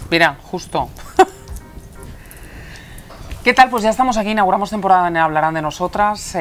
Mira, justo. ¿Qué tal? Pues ya estamos aquí, inauguramos temporada en Hablarán de Nosotras.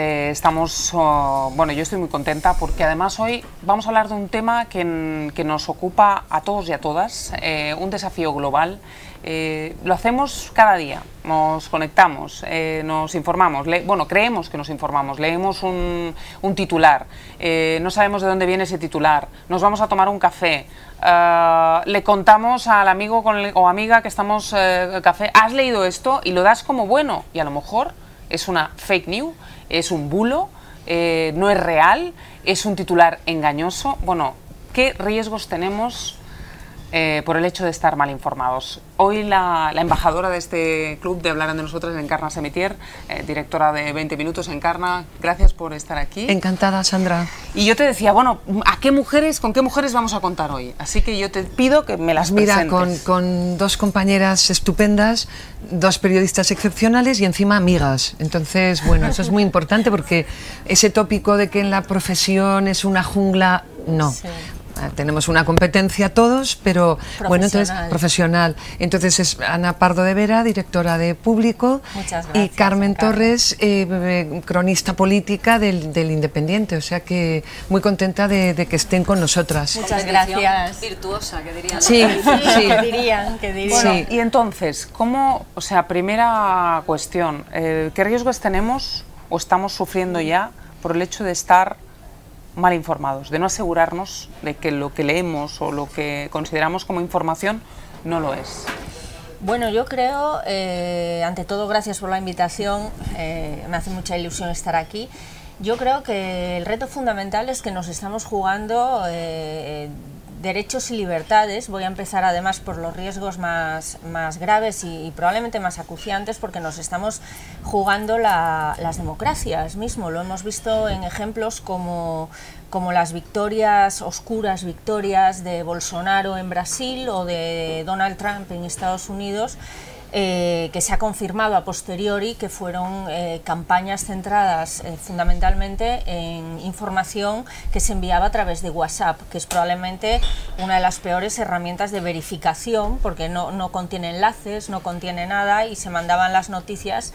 Bueno, yo estoy muy contenta porque además hoy vamos a hablar de un tema que nos ocupa a todos y a todas, un desafío global. Lo hacemos cada día, nos conectamos, nos informamos, creemos que nos informamos, leemos un titular, no sabemos de dónde viene ese titular, nos vamos a tomar un café, le contamos al amigo o amiga que estamos café, has leído esto y lo das como bueno y a lo mejor es una fake news, es un bulo, no es real, es un titular engañoso. Bueno, ¿qué riesgos tenemos por el hecho de estar mal informados? Hoy la embajadora de este club de Hablarán de Nosotras, Encarna Semitier, directora de 20 Minutos. Encarna, gracias por estar aquí. Encantada, Sandra. Y yo te decía, bueno, con qué mujeres vamos a contar hoy? Así que yo te pido que me las presentes. Mira, con dos compañeras estupendas, dos periodistas excepcionales y encima amigas. Entonces, bueno, eso es muy importante porque ese tópico de que en la profesión es una jungla, no. Sí. Tenemos una competencia todos, pero bueno, entonces profesional. Entonces es Ana Pardo de Vera, directora de Público. Muchas gracias, y Carmen Torres, cronista política del Independiente. O sea que muy contenta de que estén con nosotras. Muchas gracias. Virtuosa, que dirían. Sí, sí. Que dirían. Bueno, sí. Y entonces, primera cuestión, ¿qué riesgos tenemos o estamos sufriendo ya por el hecho de estar mal informados, de no asegurarnos de que lo que leemos o lo que consideramos como información no lo es? Bueno, yo creo, ante todo, gracias por la invitación, me hace mucha ilusión estar aquí. Yo creo que el reto fundamental es que nos estamos jugando derechos y libertades. Voy a empezar además por los riesgos más graves y probablemente más acuciantes, porque nos estamos jugando las democracias mismo. Lo hemos visto en ejemplos como las oscuras victorias de Bolsonaro en Brasil o de Donald Trump en Estados Unidos, que se ha confirmado a posteriori que fueron campañas centradas fundamentalmente en información que se enviaba a través de WhatsApp, que es probablemente una de las peores herramientas de verificación, porque no contiene enlaces, no contiene nada, y se mandaban las noticias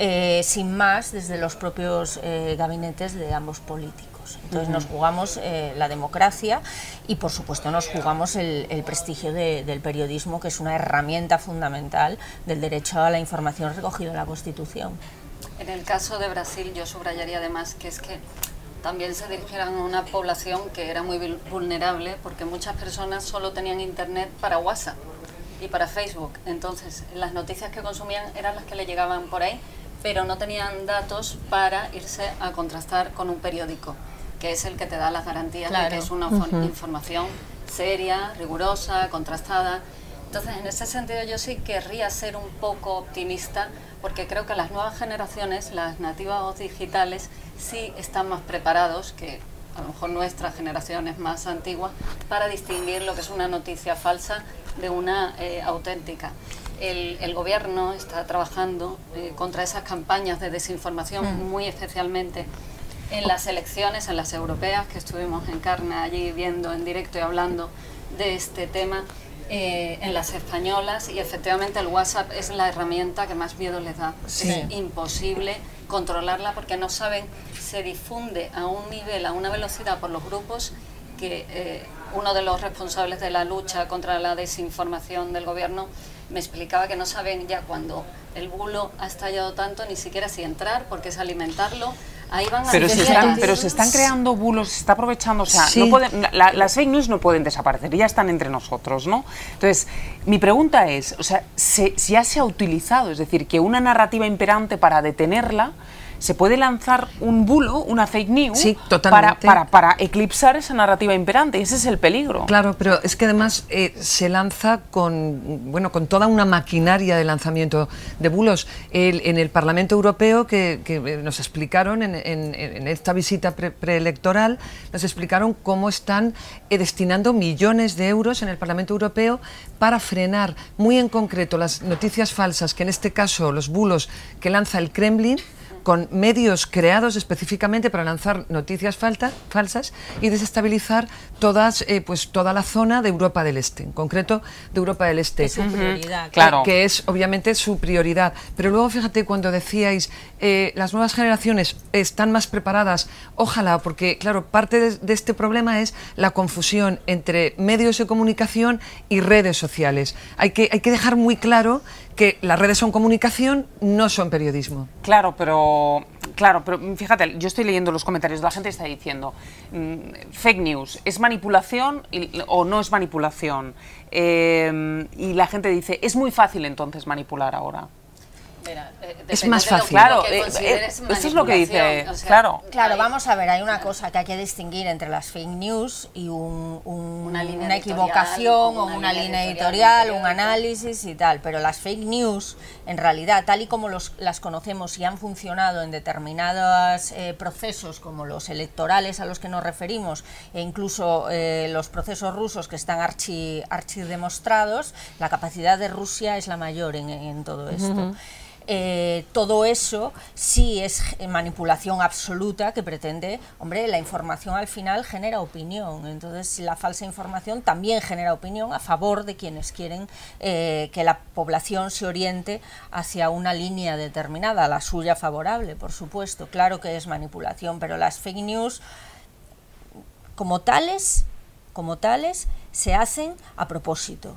sin más desde los propios gabinetes de ambos políticos. Entonces nos jugamos la democracia y por supuesto nos jugamos el prestigio del periodismo, que es una herramienta fundamental del derecho a la información recogido en la Constitución. En el caso de Brasil yo subrayaría además que es que también se dirigieran a una población que era muy vulnerable, porque muchas personas solo tenían internet para WhatsApp y para Facebook, entonces las noticias que consumían eran las que le llegaban por ahí, pero no tenían datos para irse a contrastar con un periódico, que es el que te da las garantías de que es una información seria, rigurosa, contrastada. Entonces, en ese sentido yo sí querría ser un poco optimista, porque creo que las nuevas generaciones, las nativas digitales, sí están más preparados que a lo mejor nuestras generaciones más antiguas para distinguir lo que es una noticia falsa de una auténtica. El gobierno está trabajando contra esas campañas de desinformación, muy especialmente en las elecciones, en las europeas, que estuvimos en carne allí viendo en directo y hablando de este tema, en las españolas, y efectivamente el WhatsApp es la herramienta que más miedo les da. Sí. Es imposible controlarla porque no saben, se difunde a un nivel, a una velocidad por los grupos que uno de los responsables de la lucha contra la desinformación del gobierno me explicaba que no saben ya cuando el bulo ha estallado tanto ni siquiera si entrar, porque es alimentarlo. Ahí van pero se están creando bulos, se está aprovechando, o sea, sí. Las fake news no pueden desaparecer, ya están entre nosotros, ¿no? Entonces, mi pregunta es, o sea, si ya se ha utilizado, es decir, que una narrativa imperante para detenerla, se puede lanzar un bulo, una fake news, sí, totalmente, para eclipsar esa narrativa imperante, y ese es el peligro. Claro, pero es que además se lanza con toda una maquinaria de lanzamiento de bulos. En el Parlamento Europeo, que nos explicaron en esta visita preelectoral, nos explicaron cómo están destinando millones de euros en el Parlamento Europeo para frenar muy en concreto las noticias falsas, que en este caso los bulos que lanza el Kremlin, con medios creados específicamente para lanzar noticias falsas y desestabilizar toda la zona de Europa del Este, en concreto de Europa del Este. Es su prioridad. Claro. Que es obviamente su prioridad. Pero luego fíjate cuando decíais, las nuevas generaciones están más preparadas, ojalá, porque claro, parte de este problema es la confusión entre medios de comunicación y redes sociales. Hay que dejar muy claro que las redes son comunicación, no son periodismo. Claro, pero fíjate, yo estoy leyendo los comentarios, la gente está diciendo, fake news, ¿es manipulación o no es manipulación? Y la gente dice, es muy fácil entonces manipular ahora. Mira, es más fácil. Claro, eso es lo que dice, o sea, Claro, vamos a ver, hay una cosa que hay que distinguir entre las fake news y una equivocación o una línea editorial, un análisis y tal, pero las fake news, en realidad, tal y como las conocemos y han funcionado en determinados procesos como los electorales a los que nos referimos e incluso los procesos rusos que están archidemostrados, la capacidad de Rusia es la mayor en todo esto. Todo eso sí es manipulación absoluta que pretende, hombre, la información al final genera opinión, entonces la falsa información también genera opinión a favor de quienes quieren que la población se oriente hacia una línea determinada, la suya favorable, por supuesto, claro que es manipulación, pero las fake news como tales se hacen a propósito,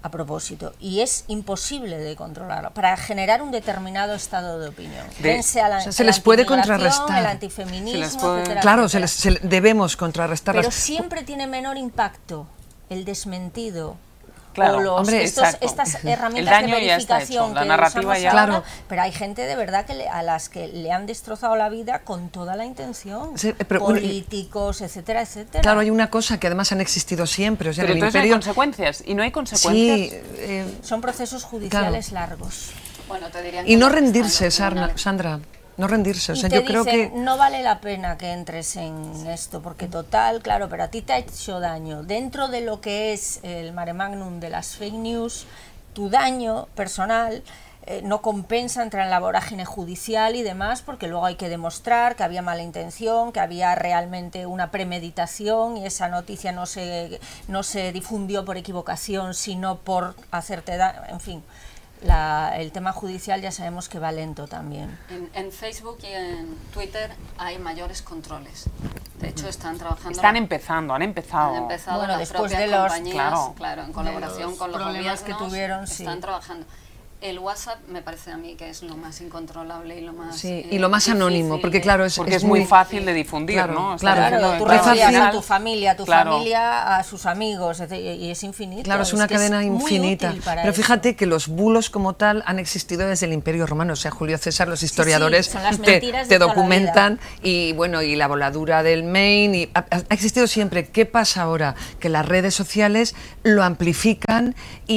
y es imposible de controlarlo para generar un determinado estado de opinión. Se les puede contrarrestar. El antifeminismo, etcétera, claro, etcétera. debemos contrarrestarlas. Pero siempre tiene menor impacto el desmentido. Claro, o estas herramientas de verificación que usamos ahora, pero hay gente de verdad a las que le han destrozado la vida con toda la intención, políticos, etcétera, etcétera. Claro, hay una cosa que además han existido siempre, o sea, pero en el entonces imperio... hay consecuencias, y no hay consecuencias. Sí, son procesos judiciales largos. Bueno, te dirían y no rendirse, Sandra. No rendirse, o sea, yo creo que no vale la pena que entres en esto, porque total, claro, pero a ti te ha hecho daño. Dentro de lo que es el mare magnum de las fake news, tu daño personal no compensa entrar en la vorágine judicial y demás, porque luego hay que demostrar que había mala intención, que había realmente una premeditación y esa noticia no se difundió por equivocación, sino por hacerte daño, en fin. El tema judicial ya sabemos que va lento también. En Facebook y en Twitter hay mayores controles. De hecho, están trabajando... Han empezado bueno, las después propias de los compañías, claro, en colaboración con los problemas gobiernos, que tuvieron, están trabajando. El WhatsApp me parece a mí que es lo más incontrolable y lo más y lo más anónimo, porque claro, es muy fácil de difundir, claro, ¿no? Claro, tú recibes a tu familia a sus amigos, y es infinito. Claro, es una cadena infinita. Pero fíjate que los bulos como tal han existido desde el Imperio Romano, o sea, Julio César, los historiadores te documentan, y bueno, y la voladura del Maine, ha existido siempre. ¿Qué pasa ahora? Que las redes sociales lo amplifican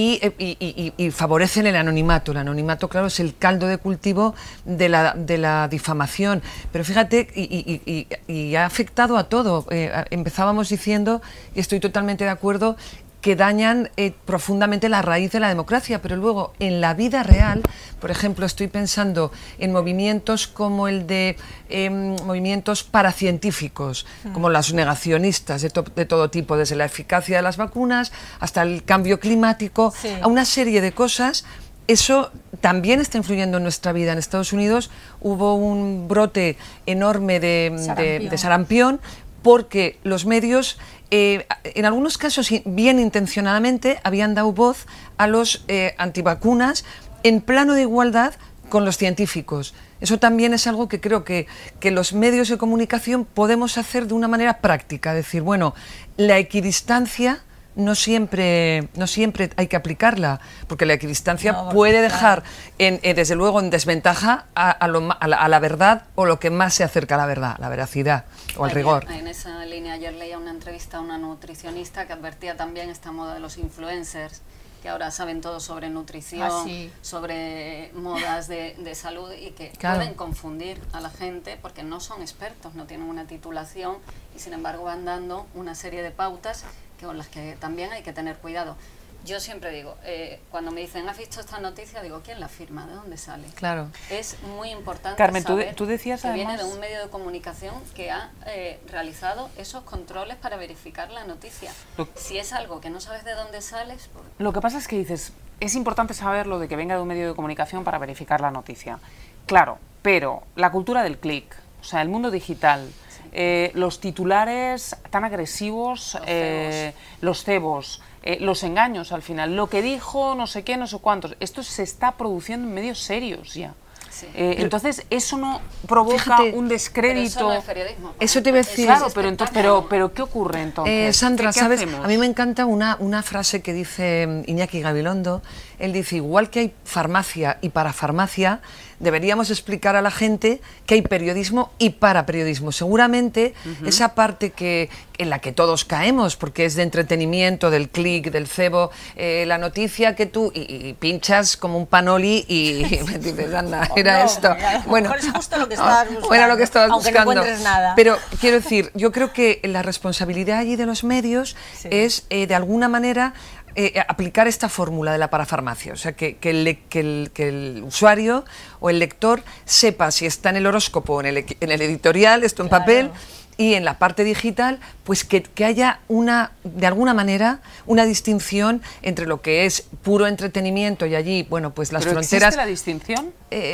y favorecen el anonimato. El anonimato, claro, es el caldo de cultivo de la difamación. Pero fíjate, y ha afectado a todo. Empezábamos diciendo, y estoy totalmente de acuerdo, que dañan profundamente la raíz de la democracia, pero luego en la vida real, por ejemplo, estoy pensando en movimientos como el de movimientos paracientíficos, como los negacionistas de todo tipo, desde la eficacia de las vacunas hasta el cambio climático, a una serie de cosas. Eso también está influyendo en nuestra vida. En Estados Unidos hubo un brote enorme de sarampión porque los medios, en algunos casos bien intencionadamente, habían dado voz a los antivacunas en plano de igualdad con los científicos. Eso también es algo que creo que los medios de comunicación podemos hacer de una manera práctica. Decir, bueno, la equidistancia no siempre hay que aplicarla, porque la equidistancia puede dejar, desde luego, en desventaja a la verdad, o lo que más se acerca a la verdad, la veracidad o al rigor. En esa línea, ayer leía una entrevista a una nutricionista que advertía también esta moda de los influencers, que ahora saben todo sobre nutrición, sobre modas de salud, y que pueden confundir a la gente porque no son expertos, no tienen una titulación, y sin embargo van dando una serie de pautas con las que también hay que tener cuidado. Yo siempre digo, cuando me dicen, ¿has visto esta noticia? Digo, ¿quién la firma? ¿De dónde sale? Claro. Es muy importante Carmen, saber tú decías que además... viene de un medio de comunicación que ha realizado esos controles para verificar la noticia. Si es algo que no sabes de dónde sales... Pues... Lo que pasa es que dices, es importante saberlo de que venga de un medio de comunicación para verificar la noticia. Claro, pero la cultura del clic, o sea, el mundo digital... los titulares tan agresivos, los cebos, los engaños al final, lo que dijo no sé qué, no sé cuántos, esto se está produciendo en medios serios ya. Sí. Entonces eso no provoca, fíjate, un descrédito. Pero eso no es periodismo. Eso te iba a decir. Claro, pero ¿qué ocurre entonces? Sandra, ¿Qué ¿sabes? hacemos? A mí me encanta una frase que dice Iñaki Gabilondo. Él dice, igual que hay farmacia y parafarmacia, deberíamos explicar a la gente que hay periodismo y paraperiodismo. Seguramente esa parte en la que todos caemos, porque es de entretenimiento, del clic, del cebo, la noticia que tú y pinchas como un panoli y dices, anda, era no, esto. Bueno, es justo lo que estabas buscando, era lo que estabas aunque buscando. No encuentres nada. Pero quiero decir, yo creo que la responsabilidad allí de los medios es, de alguna manera, aplicar esta fórmula de la parafarmacia, o sea, que el usuario o el lector sepa si está en el horóscopo, en el editorial, esto en papel, y en la parte digital, pues que haya de alguna manera, una distinción entre lo que es puro entretenimiento y allí, bueno, pues las ¿Pero fronteras... ¿existe la distinción?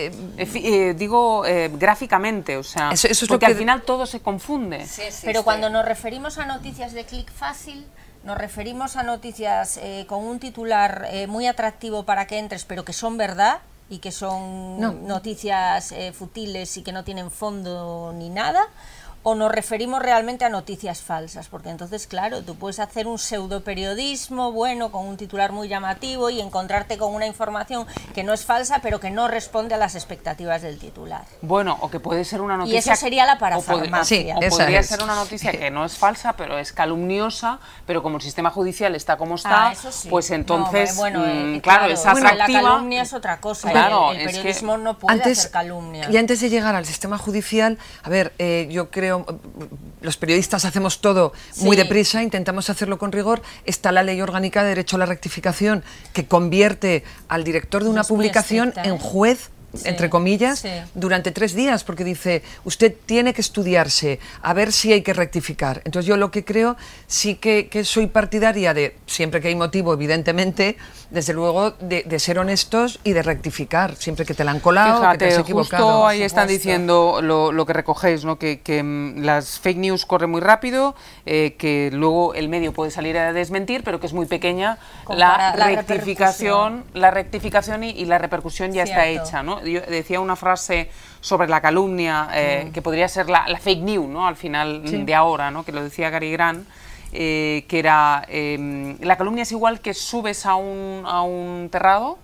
Digo, gráficamente, o sea, eso es porque lo que... al final todo se confunde. Sí, pero cuando nos referimos a noticias de clic fácil, nos referimos a noticias con un titular muy atractivo para que entres, pero que son verdad y que son noticias futiles y que no tienen fondo ni nada, o nos referimos realmente a noticias falsas, porque entonces, claro, tú puedes hacer un pseudoperiodismo bueno con un titular muy llamativo y encontrarte con una información que no es falsa, pero que no responde a las expectativas del titular. Bueno, o que puede ser una noticia... Y eso sería la parafarmacia. O podría ser una noticia que no es falsa, pero es calumniosa, pero como el sistema judicial está como está, pues entonces, claro, es atractiva. La calumnia es otra cosa, claro, el periodismo no puede hacer calumnia. Y antes de llegar al sistema judicial, a ver, yo creo, los periodistas hacemos todo muy deprisa, intentamos hacerlo con rigor. Está la Ley Orgánica de Derecho a la Rectificación, que convierte al director de una publicación en juez, entre comillas, durante 3 días, porque dice, usted tiene que estudiarse, a ver si hay que rectificar. Entonces yo lo que creo, sí que soy partidaria de, siempre que hay motivo, evidentemente, desde luego, de ser honestos y de rectificar, siempre que te la han colado, fíjate, que te has equivocado. Justo ahí están diciendo lo que recogéis, ¿no? que las fake news corren muy rápido, que luego el medio puede salir a desmentir, pero que es muy pequeña la rectificación y la repercusión ya está hecha, ¿no? Yo decía una frase sobre la calumnia, que podría ser la fake news, ¿no? Al final de ahora, ¿no? Que lo decía Gary Grant, que era, la calumnia es igual que subes a un terrado,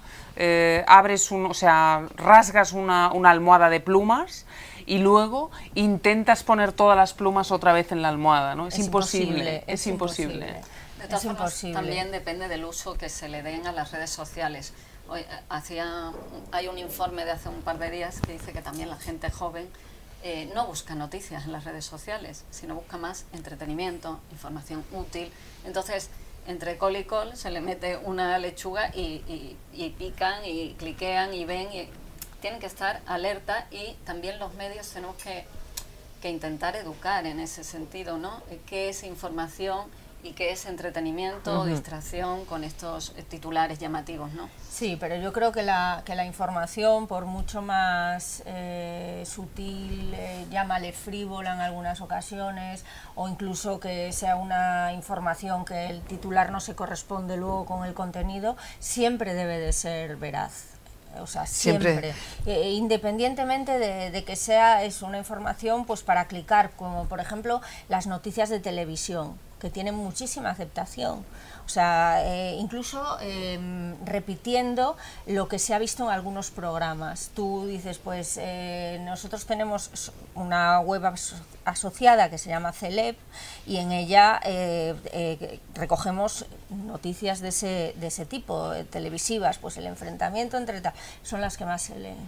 rasgas una almohada de plumas y luego intentas poner todas las plumas otra vez en la almohada, ¿no? Es imposible. De todas formas, también depende del uso que se le den a las redes sociales. Hoy, hay un informe de hace un par de días que dice que también la gente joven no busca noticias en las redes sociales, sino busca más entretenimiento, información útil. Entonces, entre col y col se le mete una lechuga y pican y cliquean y ven. Y tienen que estar alerta, y también los medios tenemos que intentar educar en ese sentido, ¿no? ¿Qué es información y qué es entretenimiento o distracción con estos titulares llamativos, ¿no? Sí, pero yo creo que la información, por mucho más sutil, llámale frívola en algunas ocasiones, o incluso que sea una información que el titular no se corresponde luego con el contenido, siempre debe de ser veraz. O sea, siempre. Independientemente de que es una información pues para clicar, como por ejemplo las noticias de televisión, que tienen muchísima aceptación. O sea, incluso repitiendo lo que se ha visto en algunos programas. Tú dices, pues nosotros tenemos una web asociada que se llama Celeb, y en ella recogemos noticias de ese tipo, televisivas, pues el enfrentamiento entre tal, son las que más se leen.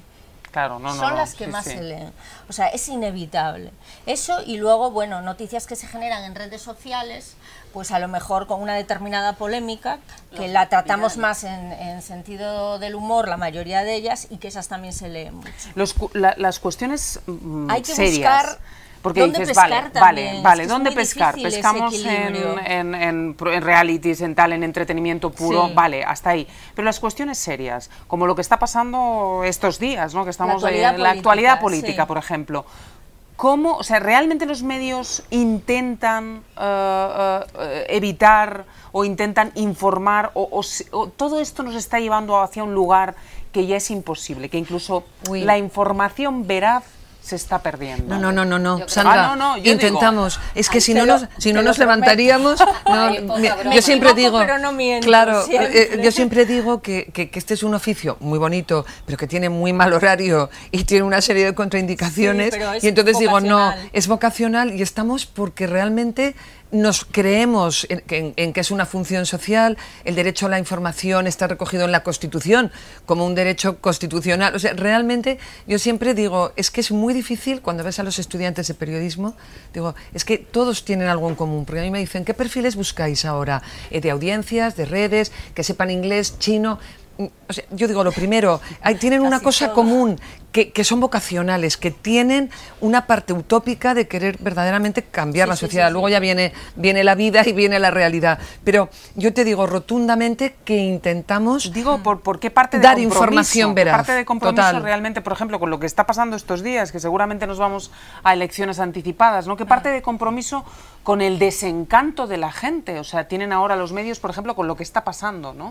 Claro, son las que más se leen. O sea, es inevitable. Eso, y luego, bueno, noticias que se generan en redes sociales, pues a lo mejor con una determinada polémica, que la tratamos más en sentido del humor, la mayoría de ellas, y que esas también se leen mucho. Las cuestiones hay que serias. Buscar porque ¿dónde dices, pescar vale, es que ¿dónde pescar? Pescamos en realities, en entretenimiento puro, vale, hasta ahí. Pero las cuestiones serias, como lo que está pasando estos días, ¿no? Que estamos en la actualidad política, por ejemplo. ¿Cómo, o sea, realmente los medios intentan evitar o intentan informar o todo esto nos está llevando hacia un lugar que ya es imposible, que incluso la información veraz se está perdiendo? No, Sandra, intentamos. Es que si no nos levantaríamos, yo siempre digo, pero no miento, claro, yo siempre digo que este es un oficio muy bonito, pero que tiene muy mal horario y tiene una serie de contraindicaciones, y entonces digo, no, es vocacional y estamos porque realmente nos creemos en que es una función social. El derecho a la información está recogido en la Constitución como un derecho constitucional. O sea, realmente yo siempre digo, es que es muy difícil cuando ves a los estudiantes de periodismo, digo, es que todos tienen algo en común, porque a mí me dicen, ¿qué perfiles buscáis ahora? De audiencias, de redes, que sepan inglés, chino. O sea, yo digo, lo primero, tienen una cosa común, que son vocacionales, que tienen una parte utópica de querer verdaderamente cambiar la sociedad. Luego ya viene la vida y viene la realidad. Pero yo te digo rotundamente que intentamos ¿por qué parte de dar información veraz. Parte de compromiso realmente, por ejemplo, con lo que está pasando estos días, que seguramente nos vamos a elecciones anticipadas, ¿no? ¿Qué parte de compromiso con el desencanto de la gente? O sea, tienen ahora los medios, por ejemplo, con lo que está pasando, ¿no?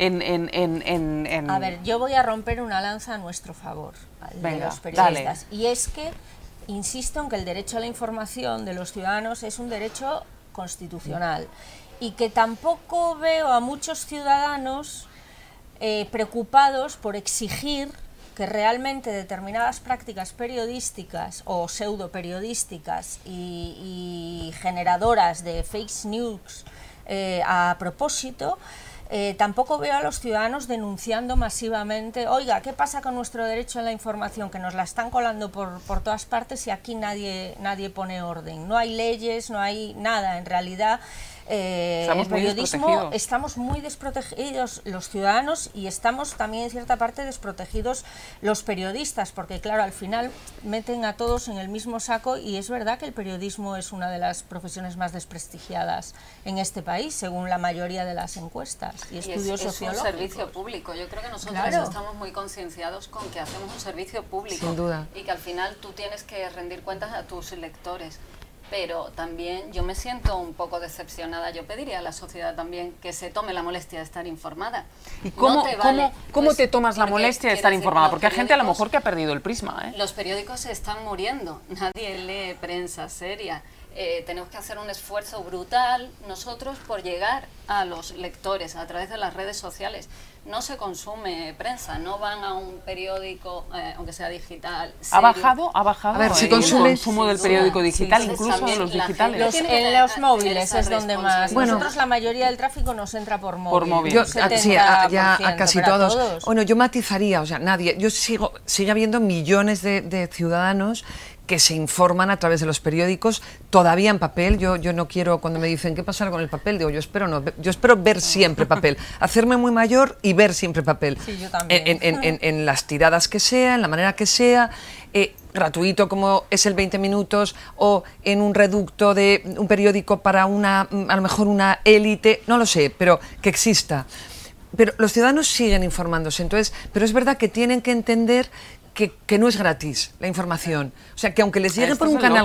A ver, yo voy a romper una lanza a nuestro favor, de los periodistas. Dale. Y es que insisto en que el derecho a la información de los ciudadanos es un derecho constitucional y que tampoco veo a muchos ciudadanos preocupados por exigir que realmente determinadas prácticas periodísticas o pseudo periodísticas y generadoras de fake news a propósito, tampoco veo a los ciudadanos denunciando masivamente, oiga, ¿qué pasa con nuestro derecho a la información? Que nos la están colando por todas partes y aquí nadie pone orden. No hay leyes, no hay nada, en realidad. El periodismo, estamos muy desprotegidos los ciudadanos y estamos también en cierta parte desprotegidos los periodistas, porque claro, al final meten a todos en el mismo saco y es verdad que el periodismo es una de las profesiones más desprestigiadas en este país, según la mayoría de las encuestas y estudios sociológicos. Es un servicio público. Yo creo que nosotros estamos muy concienciados con que hacemos un servicio público. Sin duda. Y que al final tú tienes que rendir cuentas a tus lectores. Pero también yo me siento un poco decepcionada. Yo pediría a la sociedad también que se tome la molestia de estar informada. ¿Y cómo te tomas la molestia de estar informada? Porque hay gente a lo mejor que ha perdido el prisma, ¿eh? Los periódicos se están muriendo. Nadie lee prensa seria. Tenemos que hacer un esfuerzo brutal nosotros por llegar a los lectores a través de las redes sociales. No se consume prensa, no van a un periódico, aunque sea digital. ¿Ha bajado a ver, el consumo del periódico digital, incluso de los digitales? En los móviles es donde más. Bueno, nosotros la mayoría del tráfico nos entra por móvil. Por móvil. Sí, ya a casi todos. Bueno, yo matizaría, o sea, sigue habiendo millones de ciudadanos que se informan a través de los periódicos, todavía en papel. Yo no quiero, cuando me dicen ¿qué pasará con el papel? Digo, yo espero ver siempre papel, hacerme muy mayor y ver siempre papel. Sí, yo también. En las tiradas que sea, en la manera que sea, gratuito como es el 20 minutos o en un reducto de un periódico para a lo mejor una élite, no lo sé, pero que exista. Pero los ciudadanos siguen informándose, entonces, pero es verdad que tienen que entender que no es gratis la información, o sea, que aunque les llegue por un canal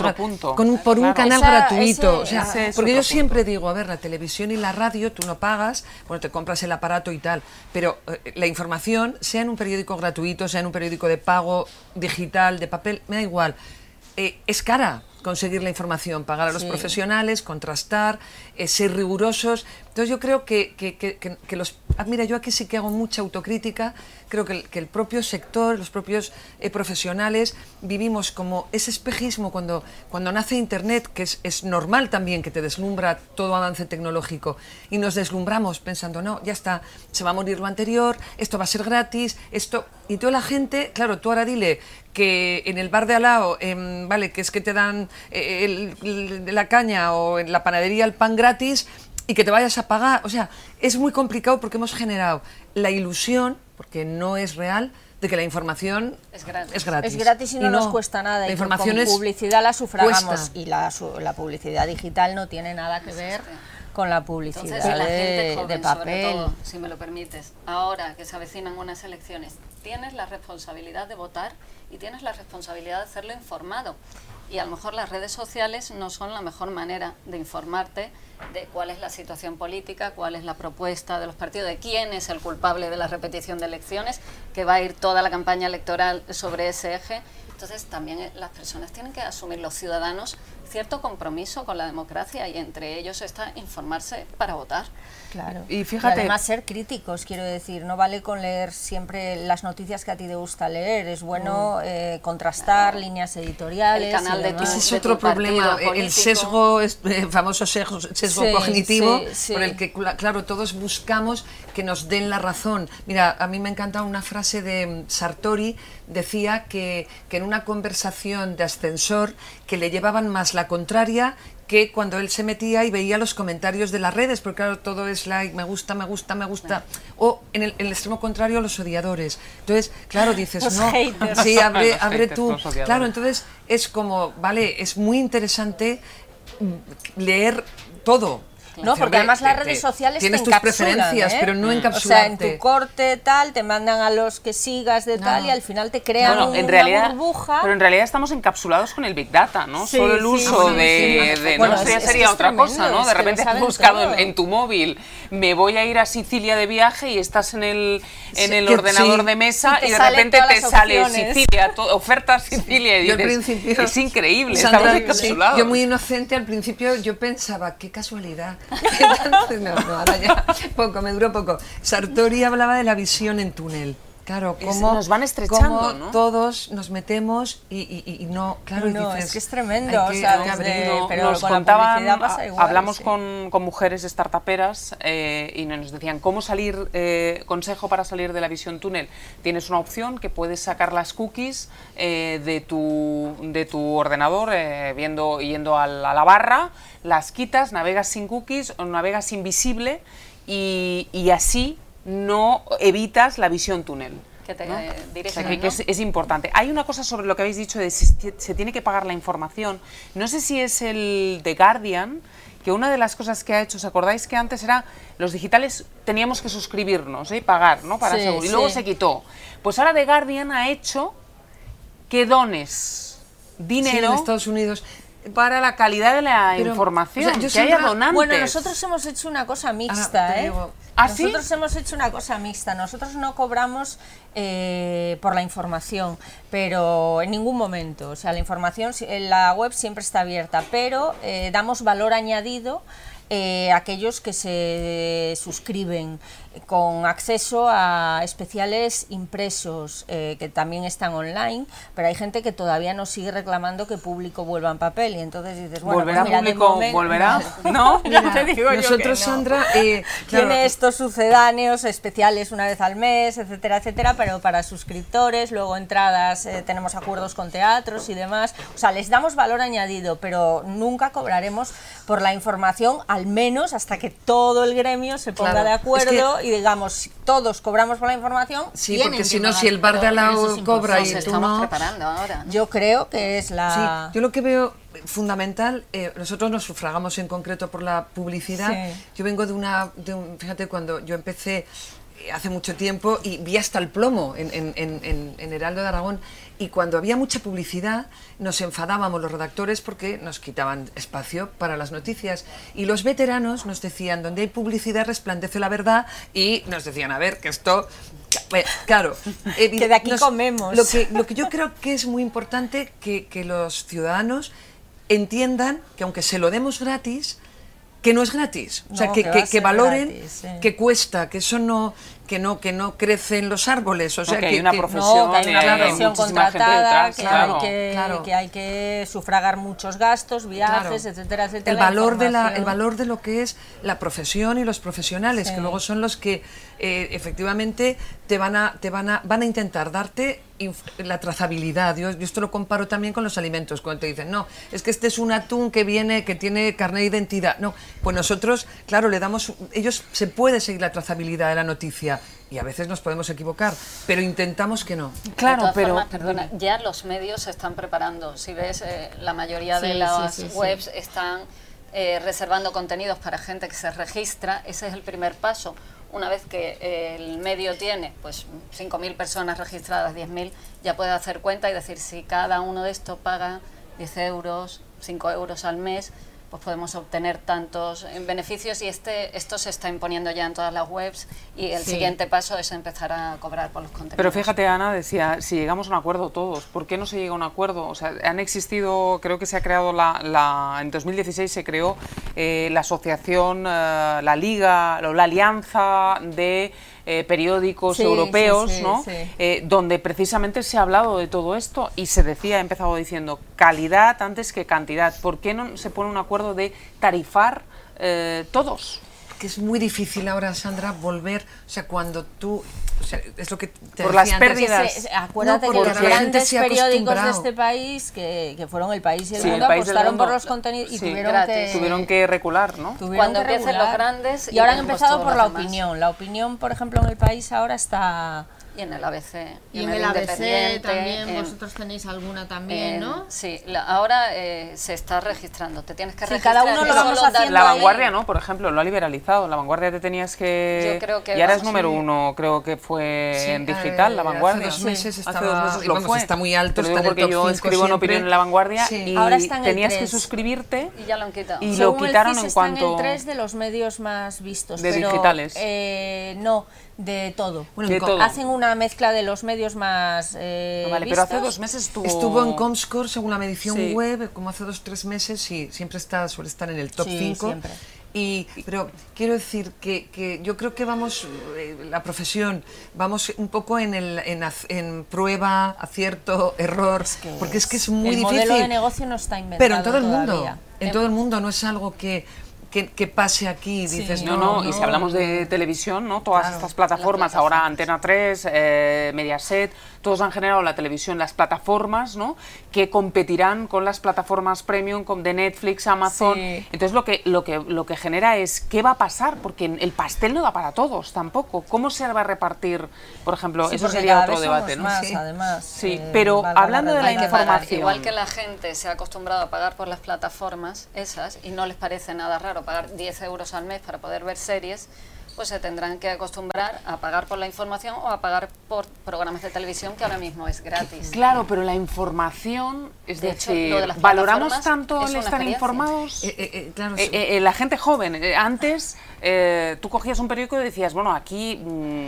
gratuito, o sea, porque yo siempre digo, a ver, la televisión y la radio tú no pagas, bueno, te compras el aparato y tal, pero la información, sea en un periódico gratuito, sea en un periódico de pago, digital, de papel, me da igual, es cara. conseguir la información, pagar a los profesionales, contrastar, ser rigurosos. Entonces yo creo que los... mira, yo aquí sí que hago mucha autocrítica, creo que el propio sector, los propios profesionales, vivimos como ese espejismo cuando nace Internet, que es normal también que te deslumbra todo avance tecnológico, y nos deslumbramos pensando, no, ya está, se va a morir lo anterior, esto va a ser gratis, esto... Y toda la gente, claro, tú ahora dile que en el bar de al lado, vale, que es que te dan la caña o en la panadería el pan gratis y que te vayas a pagar. O sea, es muy complicado porque hemos generado la ilusión, porque no es real, de que la información es gratis. Es gratis y no nos cuesta nada. La y información con publicidad la sufragamos cuesta. y la publicidad digital no tiene nada que ver con la publicidad. Entonces, la gente joven, de papel. sobre todo, si me lo permites, ahora que se avecinan unas elecciones, tienes la responsabilidad de votar y tienes la responsabilidad de hacerlo informado. Y a lo mejor las redes sociales no son la mejor manera de informarte de cuál es la situación política, cuál es la propuesta de los partidos, de quién es el culpable de la repetición de elecciones, que va a ir toda la campaña electoral sobre ese eje. Entonces también las personas tienen que asumir, los ciudadanos, cierto compromiso con la democracia, y entre ellos está informarse para votar. Claro. Y fíjate, además ser críticos, quiero decir, no vale con leer siempre las noticias que a ti te gusta leer, es bueno contrastar líneas editoriales. El canal de tu, ese es de otro tu problema, el sesgo, el famoso sesgo cognitivo, sí. por el que, claro, todos buscamos que nos den la razón. Mira, a mí me encanta una frase de Sartori, decía que en una conversación de ascensor que le llevaban más la contraria que cuando él se metía y veía los comentarios de las redes, porque claro, todo es like, me gusta, me gusta, me gusta, o en el extremo contrario, los odiadores. Entonces, claro, dices, los no, haters. sí, abre haters, tú. los odiadores. Claro, entonces es como, vale, es muy interesante leer todo. No, porque además las redes sociales tienes te tus encapsulan, preferencias, pero no O sea, encapsularte. en tu corte tal, te mandan a los que sigas de tal y al final te crean Bueno, una en realidad, burbuja. pero en realidad estamos encapsulados con el Big Data, ¿no? Sí, Solo el sí, uso sí, de sí. no, Bueno, eso ya es sería que es otra cosa, tremendo, ¿no? es De que repente lo has saben buscado todo. en tu móvil, me voy a ir a Sicilia de viaje, y estás en el que ordenador sí. de mesa Y te y de salen repente todas te las sale opciones. Sicilia, oferta Sicilia, y Yo al dices, principio, es increíble, Sandra, estamos encapsulados. yo muy inocente al principio, yo pensaba, qué casualidad. No, ahora ya poco, me duró poco. Sartori hablaba de la visión en túnel. Claro, cómo nos van estrechando, cómo ¿no? todos nos metemos y no, claro, y No, dices, es que es tremendo, hay que- o sea, hay que abrir. desde- pero Nos con la contaban, publicidad pasa igual, hablamos sí. con mujeres startuperas y nos decían cómo salir, consejo para salir de la visión túnel. Tienes una opción que puedes sacar las cookies de tu ordenador, yendo a la barra, las quitas, navegas sin cookies o navegas invisible, y así no evitas la visión túnel. Que te ¿no? dirigen, O sea, que ¿no? es importante. Hay una cosa sobre lo que habéis dicho de si se tiene que pagar la información. No sé si es el The Guardian, que una de las cosas que ha hecho, ¿os acordáis que antes era los digitales teníamos que suscribirnos y pagar, ¿no? Para Sí, seguro, y luego sí. se quitó. Pues ahora The Guardian ha hecho que dones Sí, dinero en Estados Unidos. para la calidad de la Pero, información, o sea, yo que haya Sandra- donantes. Bueno, nosotros hemos hecho una cosa mixta, te ¿eh? digo- ¿Ah, sí? Nosotros hemos hecho una cosa mixta. Nosotros no cobramos por la información, pero en ningún momento. O sea, la información en la web siempre está abierta, pero damos valor añadido a aquellos que se suscriben con acceso a especiales impresos que también están online, pero hay gente que todavía nos sigue reclamando que Público vuelva en papel, y entonces dices, bueno, ¿Volverá pues mira, de Público? momento- ¿Volverá? ¿No? Ya te digo yo que Nosotros, no. Sandra, Tiene claro, estos sucedáneos especiales una vez al mes, etcétera, etcétera, pero para suscriptores, luego entradas, tenemos acuerdos con teatros y demás. O sea, les damos valor añadido, pero nunca cobraremos por la información, al menos hasta que todo el gremio se ponga Claro, de acuerdo es y digamos, si todos cobramos por la información. sí, tienen porque que si no, pagar. si el bar de al Pero lado eso es cobra imposible. y Nos tú estamos no... preparando ahora, ¿no? Yo creo que es la... Sí, yo lo que veo fundamental, nosotros nos sufragamos en concreto por la publicidad. Sí. Yo vengo fíjate, cuando yo empecé hace mucho tiempo y vi hasta el plomo en Heraldo de Aragón, y cuando había mucha publicidad nos enfadábamos los redactores porque nos quitaban espacio para las noticias, y los veteranos nos decían, donde hay publicidad resplandece la verdad, y nos decían, a ver, que esto... Claro, Que de aquí comemos. Lo que yo creo que es muy importante que los ciudadanos entiendan que aunque se lo demos gratis, que no es gratis, o sea, No, que que va a ser valoren gratis, sí. que cuesta, que eso no, que no crecen los árboles, o sea, que hay una profesión, No, que hay una hay profesión muchísima gente contratada, detrás, que, claro. que hay que sufragar muchos gastos, viajes, Claro. etcétera, etcétera. El valor información. el valor de lo que es la profesión y los profesionales, Sí. que luego son los que efectivamente van a intentar darte la trazabilidad. Yo esto lo comparo también con los alimentos, cuando te dicen, no, es que este es un atún que tiene carnet de identidad. No, pues nosotros, claro, ellos se puede seguir la trazabilidad de la noticia y a veces nos podemos equivocar, pero intentamos que no. Claro, de todas pero... formas, perdona, ya los medios se están preparando. Si ves, la mayoría de Sí, las sí, sí, sí. webs están reservando contenidos para gente que se registra. Ese es el primer paso. Una vez que el medio tiene pues 5.000 personas registradas, 10.000, ya puede hacer cuenta y decir si cada uno de estos paga 10 euros, 5 euros al mes, pues podemos obtener tantos beneficios, y esto se está imponiendo ya en todas las webs, y el Sí. siguiente paso es empezar a cobrar por los contenidos. Pero fíjate, Ana decía, si llegamos a un acuerdo todos, ¿por qué no se llega a un acuerdo? O sea, han existido, creo que se ha creado en 2016 se creó la asociación, la Liga, la Alianza de periódicos Sí, europeos, sí, sí, ¿no? sí. Donde precisamente se ha hablado de todo esto y se decía, he empezado diciendo, calidad antes que cantidad. ¿Por qué no se pone un acuerdo de tarifar todos? Que es muy difícil ahora, Sandra, volver, o sea, cuando tú, o sea, es lo que te Por decía las antes. pérdidas. Acuérdate No, que porque los la gente grandes se ha periódicos de acostumbrado. este país, que fueron El País y El Sí, Mundo, El País y el apostaron por Mundo, los contenidos y sí, gratis. Tuvieron que recular, ¿no? tuvieron Cuando que empiecen regular. los grandes, y ahora han iremos empezado todos por los la demás. opinión. La opinión, por ejemplo, en El País ahora está... Y en el ABC. Y en el ABC Independiente, también, en- vosotros tenéis alguna también, ¿no? Sí, ahora se está registrando. Te tienes que Sí, registrar. cada uno y lo vamos solo dar haciendo La ahí. Vanguardia, ¿no? Por ejemplo, lo ha liberalizado. La Vanguardia te tenías que... Yo creo que y ahora es vamos, número sí. uno, creo que fue Sí, en digital, La Vanguardia. Hace 2 meses Hace estaba, 2 meses lo vamos, fue. está muy alto, Te lo está digo en el porque top yo 5 escribo en siempre. Opinión en La Vanguardia Sí. y Ahora está en el tenías que 3. suscribirte Y ya lo han quitado. y Según lo el quitaron CIS en está cuanto... en el 3 de los medios más vistos, De pero digitales. no, de todo. Bueno, De todo. Hacen una mezcla de los medios más Vale, pero vistos. hace 2 meses Estuvo en Comscore según la medición Sí. web, como hace 2-3 meses, y siempre suele estar en el top Sí, 5. siempre. Pero quiero decir que yo creo que vamos, la profesión, vamos un poco en prueba, acierto, error, porque es que es muy el difícil. modelo de negocio no está inventado Pero en todo el mundo, todavía. en todo el mundo, no es algo que pase aquí, dices, No, y si hablamos de televisión, ¿no? Todas estas plataformas, ahora Antena 3, Mediaset, todos han generado la televisión, las plataformas, ¿no? Que competirán con las plataformas premium de Netflix, Amazon. Sí. Entonces lo que genera es ¿qué va a pasar? Porque el pastel no da para todos tampoco. ¿Cómo se va a repartir? Por ejemplo, Sí, eso porque sería cada otro vez debate, somos ¿no? más, Sí. además. Sí, pero valga hablando de la Hay que redundancia. pagar. información. Igual que la gente se ha acostumbrado a pagar por las plataformas esas y no les parece nada raro pagar 10 euros al mes para poder ver series, pues se tendrán que acostumbrar a pagar por la información o a pagar por programas de televisión, que ahora mismo es gratis. Claro, pero la información, es De hecho, decir, lo de las ¿valoramos plataformas tanto es el una estar experiencia. informados? claro, La gente joven, antes tú cogías un periódico y decías, bueno, aquí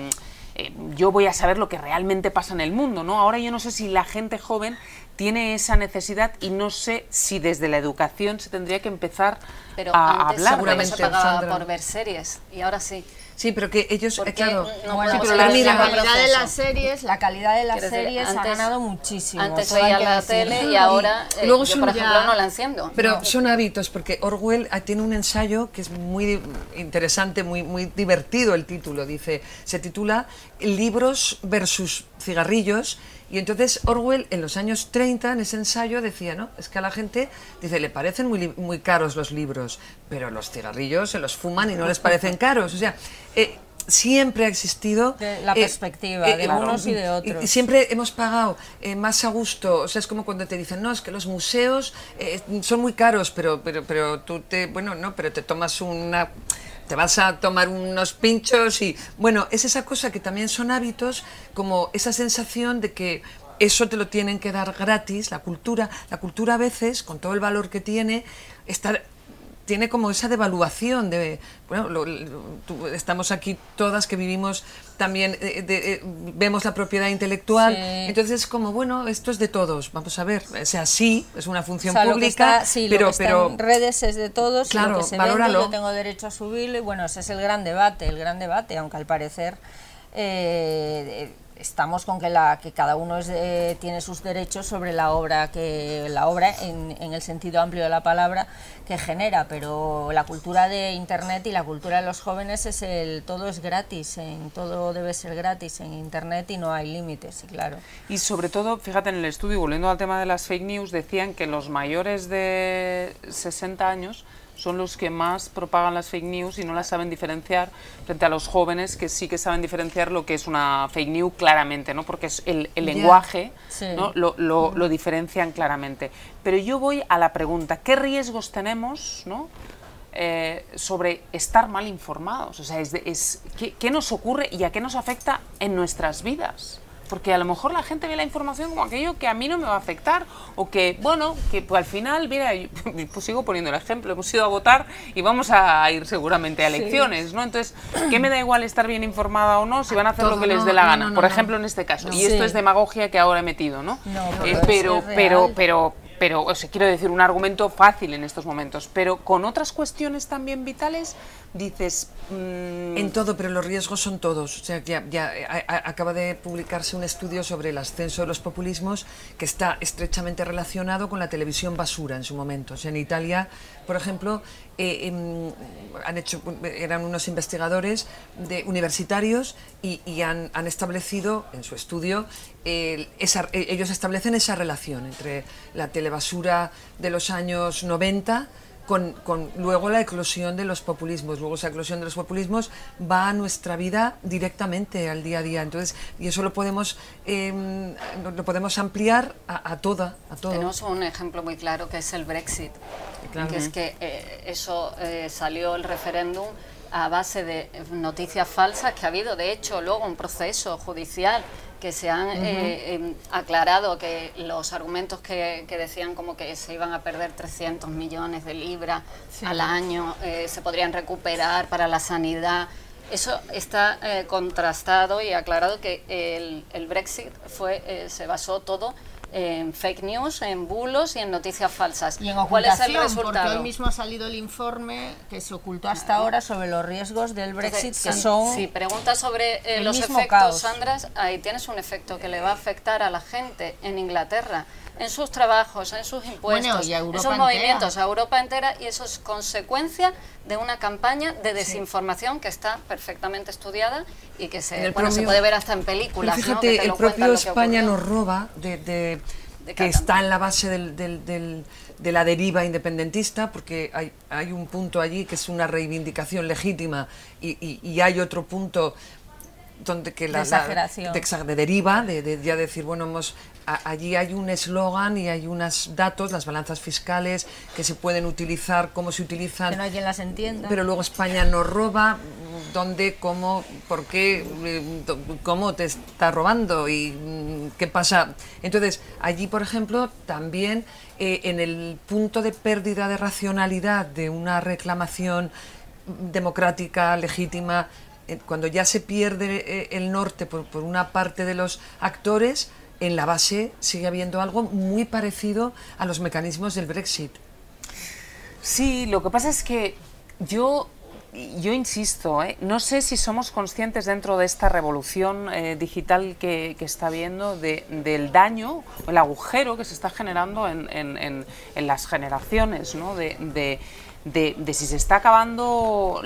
yo voy a saber lo que realmente pasa en el mundo, ¿no? Ahora yo no sé si la gente joven tiene esa necesidad y no sé si desde la educación se tendría que empezar Pero a antes hablar. seguramente, se pagaba Sandra. por ver series y ahora sí. sí, pero que ellos, ¿Por qué claro, no Bueno, podemos pero hablar mira, de la ese calidad de proceso? las series, La calidad de las Quiero decir, series ha ganado muchísimo. Antes eso hay veía que la decirlo. tele y ahora luego yo, son por ya- ejemplo, no la enciendo. pero son hábitos, porque Orwell tiene un ensayo que es muy interesante, muy divertido el título, se titula Libros versus cigarrillos, y entonces Orwell en los años 30 en ese ensayo decía, no, es que a la gente, dice, le parecen muy caros los libros, pero los cigarrillos se los fuman y no les parecen caros, o sea, siempre ha existido La perspectiva de unos y de otros. y siempre hemos pagado más a gusto, o sea, es como cuando te dicen, no, es que los museos son muy caros, pero tú pero te tomas te vas a tomar unos pinchos y, bueno, es esa cosa que también son hábitos, como esa sensación de que eso te lo tienen que dar gratis, la cultura a veces, con todo el valor que tiene, tiene como esa devaluación de, bueno, estamos aquí todas que vivimos también, vemos la propiedad intelectual, Sí. entonces como, bueno, esto es de todos, vamos a ver, o sea, sí, es una función O sea, pública, lo que está en redes es de todos, claro, lo que se valóralo. vende, yo tengo derecho a subirlo, y bueno, ese es el gran debate, aunque al parecer estamos con que cada uno tiene sus derechos sobre la obra en el sentido amplio de la palabra que genera, pero la cultura de internet y la cultura de los jóvenes todo es gratis, todo debe ser gratis en internet y no hay límites, y claro. Y sobre todo, fíjate, en el estudio, volviendo al tema de las fake news, decían que los mayores de 60 años son los que más propagan las fake news y no las saben diferenciar frente a los jóvenes que sí que saben diferenciar lo que es una fake news claramente, ¿no? Porque es el lenguaje, sí, ¿no? lo diferencian claramente. Pero yo voy a la pregunta, ¿qué riesgos tenemos, ¿no? Sobre estar mal informados? O sea, ¿qué nos ocurre y a qué nos afecta en nuestras vidas? Porque a lo mejor la gente ve la información como aquello que a mí no me va a afectar, o que, bueno, que pues al final, mira, pues sigo poniendo el ejemplo, hemos ido a votar y vamos a ir seguramente a elecciones, ¿no? Entonces, ¿qué me da igual estar bien informada o no si van a hacer lo que les dé la gana? Por ejemplo, en este caso, y esto es demagogia que ahora he metido, ¿no? Pero o sea, quiero decir, un argumento fácil en estos momentos, pero con otras cuestiones también vitales, dices... En todo, pero los riesgos son todos. O sea, acaba de publicarse un estudio sobre el ascenso de los populismos que está estrechamente relacionado con la televisión basura en su momento. O sea, en Italia, por ejemplo, eran unos investigadores universitarios y han establecido en su estudio, ellos establecen esa relación entre la telebasura de los años 90 con luego la eclosión de los populismos. Luego esa eclosión de los populismos va a nuestra vida directamente, al día a día. Entonces, y eso lo podemos ampliar a todo. Tenemos un ejemplo muy claro que es el Brexit, que es que salió el referéndum a base de noticias falsas, que ha habido de hecho luego un proceso judicial que se han aclarado, que los argumentos que decían como que se iban a perder 300 millones de libras al año, se podrían recuperar para la sanidad. Eso está contrastado y aclarado que el Brexit se basó todo en fake news, en bulos y en noticias falsas. Y en ¿Cuál es el ocultación, resultado? porque hoy mismo ha salido el informe que se ocultó hasta ahora sobre los riesgos del Brexit, que son... Si preguntas sobre los mismo efectos, caos. Sandra, ahí tienes un efecto que le va a afectar a la gente en Inglaterra, en sus trabajos, en sus impuestos, Bueno, y a Europa en sus entera. movimientos, a Europa entera, y eso es consecuencia de una campaña de desinformación que está perfectamente estudiada y que se puede ver hasta en películas. Fíjate, ¿no? Que te el lo cuentan propio lo que España ocurrió. nos roba que está en la base de la deriva independentista, porque hay un punto allí que es una reivindicación legítima y hay otro punto donde que de exageración. de deriva, de ya decir, bueno, allí hay un eslogan y hay unos datos, las balanzas fiscales que se pueden utilizar, cómo se utilizan. Que no hay quien las entienda. Pero luego España nos roba, dónde, cómo, por qué, cómo te está robando y qué pasa. Entonces, allí, por ejemplo, también en el punto de pérdida de racionalidad de una reclamación democrática, legítima, cuando ya se pierde el norte por una parte de los actores, en la base sigue habiendo algo muy parecido a los mecanismos del Brexit. Sí, lo que pasa es que yo insisto, no sé si somos conscientes dentro de esta revolución digital que está habiendo del daño, el agujero que se está generando en las generaciones, ¿no? de si se está acabando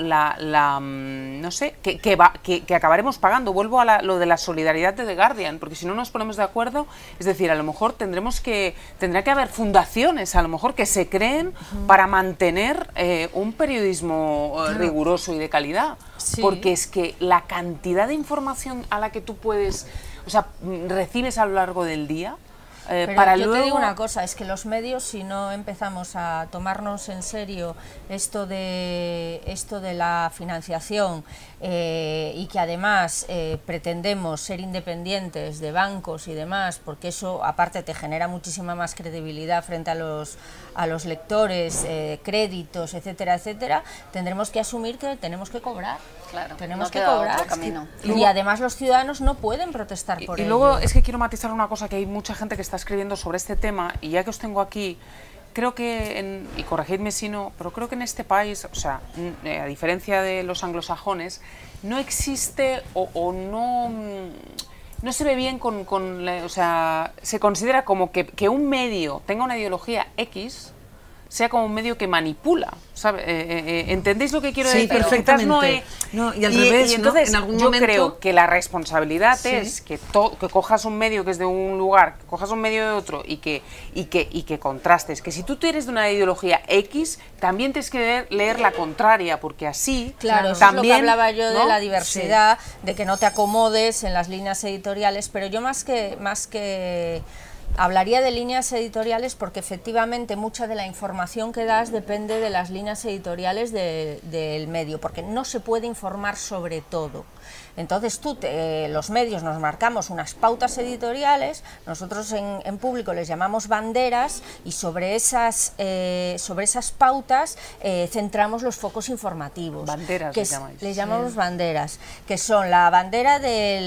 no sé, que acabaremos pagando. Vuelvo a lo de la solidaridad de The Guardian, porque si no nos ponemos de acuerdo, es decir, a lo mejor tendrá que haber fundaciones, a lo mejor, que se creen para mantener un periodismo riguroso y de calidad, porque es que la cantidad de información a la que tú recibes a lo largo del día, Pero para yo luego... te digo una cosa, es que los medios, si no empezamos a tomarnos en serio esto de la financiación y que además pretendemos ser independientes de bancos y demás, porque eso aparte te genera muchísima más credibilidad frente a los lectores, créditos, etcétera, etcétera, tendremos que asumir que tenemos que cobrar. Claro, Tenemos no que queda cobrar. otro camino. Y además los ciudadanos no pueden protestar por ello. Y luego es que quiero matizar una cosa, que hay mucha gente que está escribiendo sobre este tema, y ya que os tengo aquí, creo que, y corregidme si no, pero creo que en este país, o sea, a diferencia de los anglosajones, no existe o no se ve bien o sea, se considera como que un medio tenga una ideología X, sea como un medio que manipula, ¿sabe? ¿Entendéis lo que quiero decir? Perfectamente. Y al revés, y entonces, en algún yo momento... creo que la responsabilidad es que cojas un medio que es de un lugar, que cojas un medio de otro y que contrastes. Que si tú eres de una ideología X, también tienes que leer la contraria, porque así claro, eso también, es lo que hablaba yo, ¿no?, de la diversidad, sí, de que no te acomodes en las líneas editoriales, pero yo más que hablaría de líneas editoriales, porque efectivamente mucha de la información que das depende de las líneas editoriales del medio, porque no se puede informar sobre todo. Entonces los medios nos marcamos unas pautas editoriales, nosotros en público les llamamos banderas, y sobre esas pautas centramos los focos informativos. Banderas les llamáis. Les llamamos banderas, que son la bandera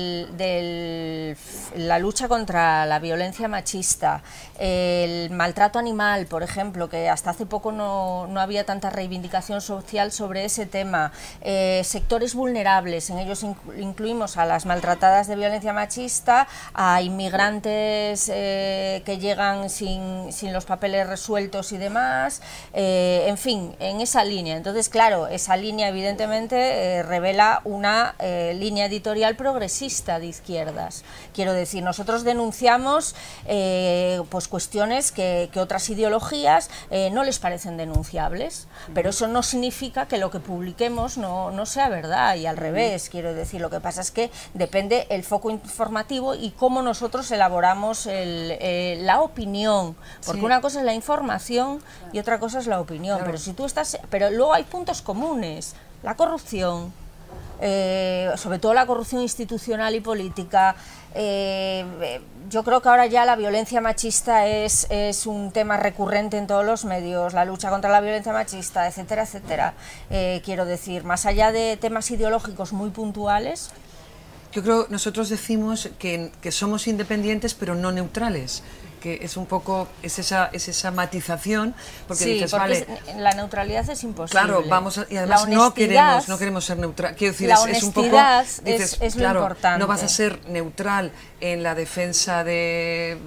de la lucha contra la violencia machista, el maltrato animal, por ejemplo, que hasta hace poco no había tanta reivindicación social sobre ese tema, sectores vulnerables, en ellos incluimos a las maltratadas de violencia machista, a inmigrantes que llegan sin los papeles resueltos y demás, en fin, en esa línea. Entonces, claro, esa línea evidentemente revela una línea editorial progresista de izquierdas. Quiero decir, nosotros denunciamos pues cuestiones que otras ideologías no les parecen denunciables, pero eso no significa que lo que publiquemos no sea verdad, y al revés. Quiero decir, lo que pasa es que depende el foco informativo y cómo nosotros elaboramos la opinión, porque una cosa es la información y otra cosa es la opinión, pero luego hay puntos comunes, la corrupción, sobre todo la corrupción institucional y política. Yo creo que ahora ya la violencia machista es un tema recurrente en todos los medios, la lucha contra la violencia machista, etcétera, etcétera. Quiero decir, más allá de temas ideológicos muy puntuales. Yo creo, nosotros decimos que somos independientes pero no neutrales, que es un poco, es esa matización, porque sí, dices, porque vale, la neutralidad es imposible. Claro, y además no queremos ser neutral. Quiero decir, es un poco, dices, es claro, lo importante. No vas a ser neutral en la defensa de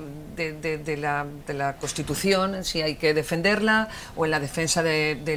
la Constitución, si hay que defenderla, o en la defensa de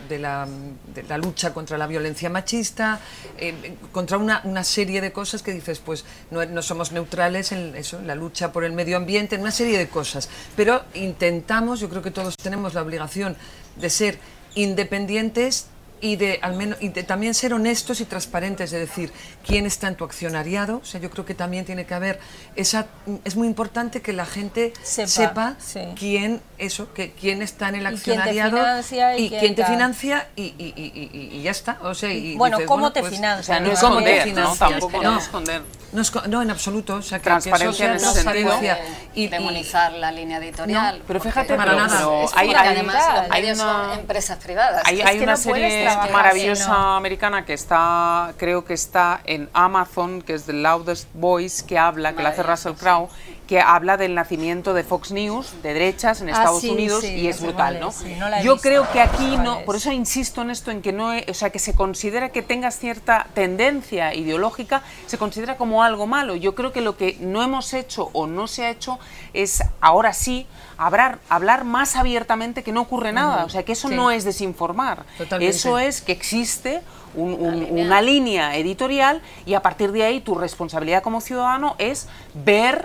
la lucha contra la violencia machista, contra una serie de cosas que dices, pues no somos neutrales en eso, en la lucha por el medio ambiente, en una serie de cosas, pero intentamos, yo creo que todos tenemos la obligación de ser independientes y de también ser honestos y transparentes, de decir quién está en tu accionariado. O sea, yo creo que también tiene que haber es muy importante que la gente sepa quién está en el accionariado y quién te financia y ya está. O sea, bueno, dices, ¿cómo te pues, financia? No esconder, ¿no? Tampoco no esconder. No, en absoluto. O sea, transparencia en ese sentido. Y demonizar la línea editorial. No, pero fíjate, para nada. Pero además los medios son empresas privadas. Hay una serie maravillosa americana que creo que está en Amazon, que es The Loudest Voice, que la hace Russell Crowe, que habla del nacimiento de Fox News, de derechas en Estados Unidos, y es brutal, ¿no? Sí, yo creo que aquí no, por eso insisto en esto, en que o sea, que se considera que tengas cierta tendencia ideológica, se considera como algo malo. Yo creo que lo que no hemos hecho o no se ha hecho es, ahora sí, hablar más abiertamente que no ocurre nada. O sea, que eso no es desinformar. Totalmente. Eso es que existe una línea editorial, y a partir de ahí tu responsabilidad como ciudadano es saber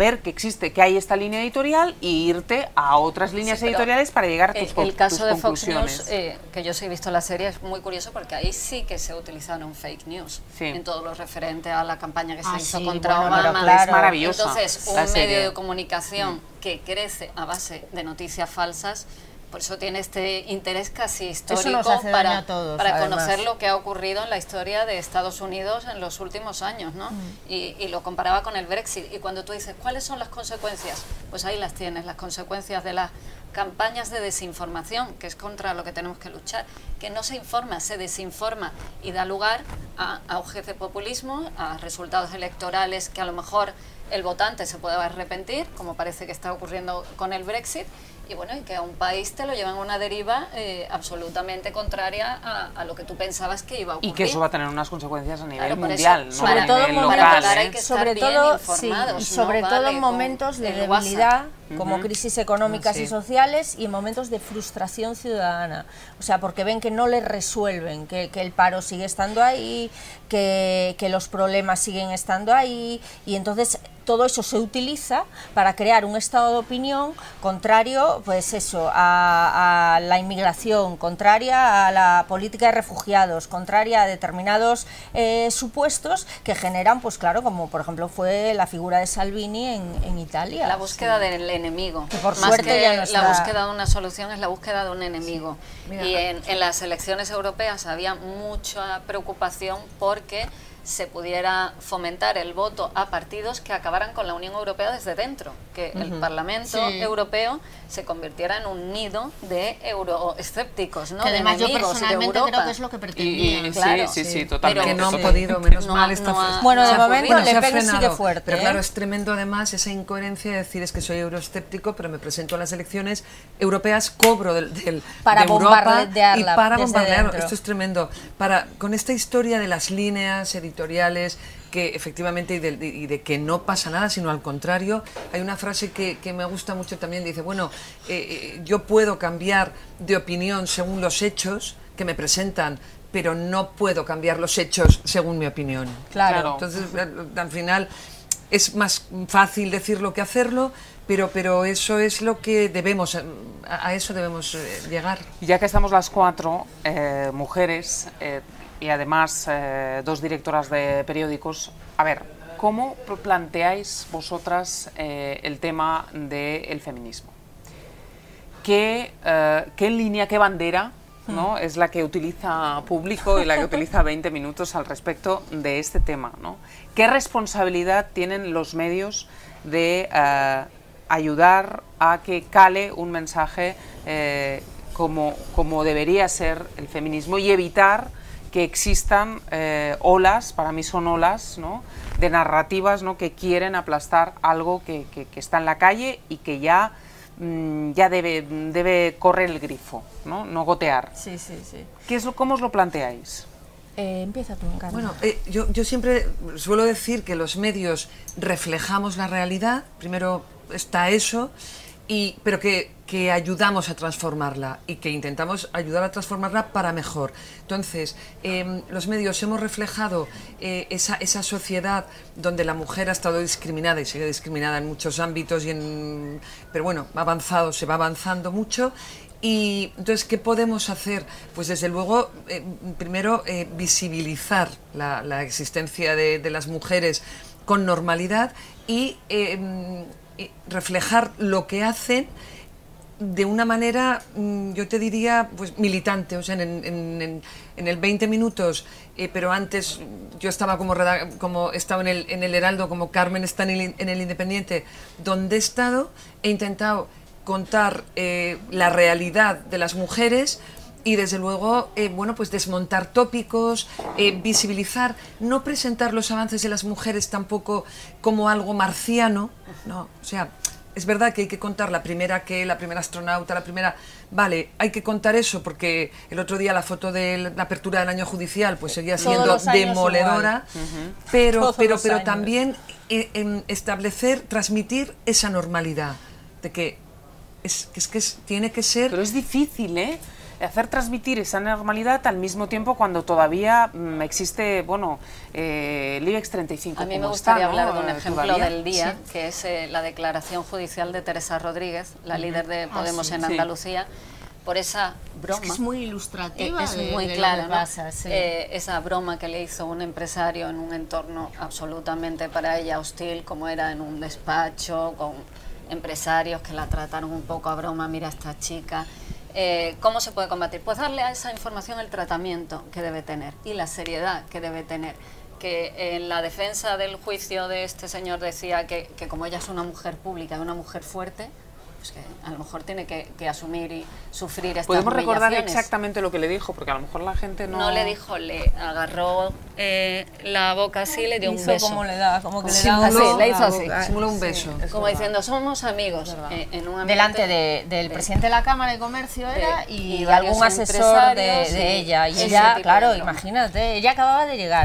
saber que existe, que hay esta línea editorial y irte a otras líneas editoriales para llegar a tus conclusiones. El caso de Fox News, que yo sí he visto la serie, es muy curioso porque ahí sí que se utilizaron fake news en todo lo referente a la campaña que se hizo contra Obama. Claro. Es maravillosa. Entonces, un medio de comunicación que crece a base de noticias falsas, por eso tiene este interés casi histórico para conocer lo que ha ocurrido en la historia de Estados Unidos en los últimos años, ¿no? Y lo comparaba con el Brexit. Y cuando tú dices, ¿cuáles son las consecuencias? Pues ahí las tienes, las consecuencias de las campañas de desinformación, que es contra lo que tenemos que luchar, que no se informa, se desinforma y da lugar a auge de populismo, a resultados electorales que a lo mejor el votante se puede arrepentir, como parece que está ocurriendo con el Brexit, y bueno, y que a un país te lo llevan a una deriva absolutamente contraria a lo que tú pensabas que iba a ocurrir. Y que eso va a tener unas consecuencias a nivel mundial, ¿no? Sobre todo, local, sobre todo en momentos de debilidad, como crisis económicas y sociales, y en momentos de frustración ciudadana. O sea, porque ven que no les resuelven, que el paro sigue estando ahí, que los problemas siguen estando ahí, y entonces todo eso se utiliza para crear un estado de opinión contrario, pues eso, a la inmigración, contraria a la política de refugiados, contraria a determinados supuestos que generan, pues claro, como por ejemplo fue la figura de Salvini en Italia. La búsqueda del enemigo, que por más suerte que ya no está. La búsqueda de una solución es la búsqueda de un enemigo. Y en las elecciones europeas había mucha preocupación porque se pudiera fomentar el voto a partidos que acabaran con la Unión Europea desde dentro, que el Parlamento Europeo se convirtiera en un nido de euroescépticos, ¿no? Que además de yo personalmente creo que es lo que pretendían. Claro, sí, totalmente. Que no han podido, menos mal, bueno, de momento se Le ha Pen frenado, sigue fuerte. pero claro, es tremendo además esa incoherencia de decir es que soy euroescéptico, pero me presento a las elecciones europeas, cobro para de Europa bombardearla y para desde bombardearlo. dentro. Esto es tremendo. Con esta historia de las líneas editoriales, que efectivamente y de que no pasa nada, sino al contrario, hay una frase que me gusta mucho también, dice, bueno, yo puedo cambiar de opinión según los hechos que me presentan, pero no puedo cambiar los hechos según mi opinión. Claro. Entonces, al final, es más fácil decirlo que hacerlo, pero eso es lo que debemos, a eso debemos llegar. Ya que estamos las cuatro mujeres, y además dos directoras de periódicos, a ver, ¿cómo planteáis vosotras el tema del feminismo? ¿Qué línea, qué bandera, ¿no?, es la que utiliza Público y la que utiliza 20 minutos al respecto de este tema, ¿no? ¿Qué responsabilidad tienen los medios de ayudar a que cale un mensaje como debería ser el feminismo y evitar que existan olas, para mí son olas, ¿no?, de narrativas, ¿no?, que quieren aplastar algo que está en la calle y que ya debe correr el grifo, no gotear? Sí. ¿Cómo os lo planteáis? Empieza tú, Carmen. Bueno, yo siempre suelo decir que los medios reflejamos la realidad, primero está eso, pero que ayudamos a transformarla y que intentamos ayudar a transformarla para mejor. Entonces, los medios hemos reflejado esa sociedad donde la mujer ha estado discriminada y sigue discriminada en muchos ámbitos, pero bueno, se va avanzando mucho. Y entonces, ¿qué podemos hacer? Pues desde luego, primero, visibilizar la existencia de las mujeres con normalidad y reflejar lo que hacen de una manera, yo te diría, pues militante. O sea, en el 20 minutos, pero antes yo estaba como estaba en el Heraldo, como Carmen está en el Independiente, donde he estado, he intentado contar la realidad de las mujeres y desde luego, bueno, pues desmontar tópicos, visibilizar, no presentar los avances de las mujeres tampoco como algo marciano, no, o sea, es verdad que hay que contar la primera astronauta, vale, hay que contar eso porque el otro día la foto de la apertura del año judicial pues seguía siendo demoledora, pero también transmitir esa normalidad de que tiene que ser... Pero es difícil, ¿eh? hacer transmitir esa normalidad al mismo tiempo cuando todavía existe, bueno, el IBEX 35. A mí me gustaría hablar de un ejemplo del día, que es la declaración judicial de Teresa Rodríguez, la líder de Podemos en Andalucía, por esa broma. Es muy ilustrativa. Es muy clara, ¿no? Esa broma que le hizo un empresario en un entorno absolutamente para ella hostil, como era en un despacho, con empresarios que la trataron un poco a broma, mira esta chica. ¿Cómo se puede combatir? Pues darle a esa información el tratamiento que debe tener y la seriedad que debe tener. Que en la defensa del juicio de este señor decía que como ella es una mujer pública y una mujer fuerte, pues que a lo mejor tiene que asumir y sufrir estas ¿Podemos recordar humillaciones. Exactamente lo que le dijo? Porque a lo mejor la gente no... No le dijo, le agarró la boca así y le dio un beso. Como le da, como que Simuló, le da así, le hizo así. Simuló un beso. Como diciendo, somos amigos. En un ambiente delante del presidente de la Cámara de Comercio era y varios algún asesor empresarios, de ella. Y ese ella, tipo claro, de broma. imagínate, ella acababa de llegar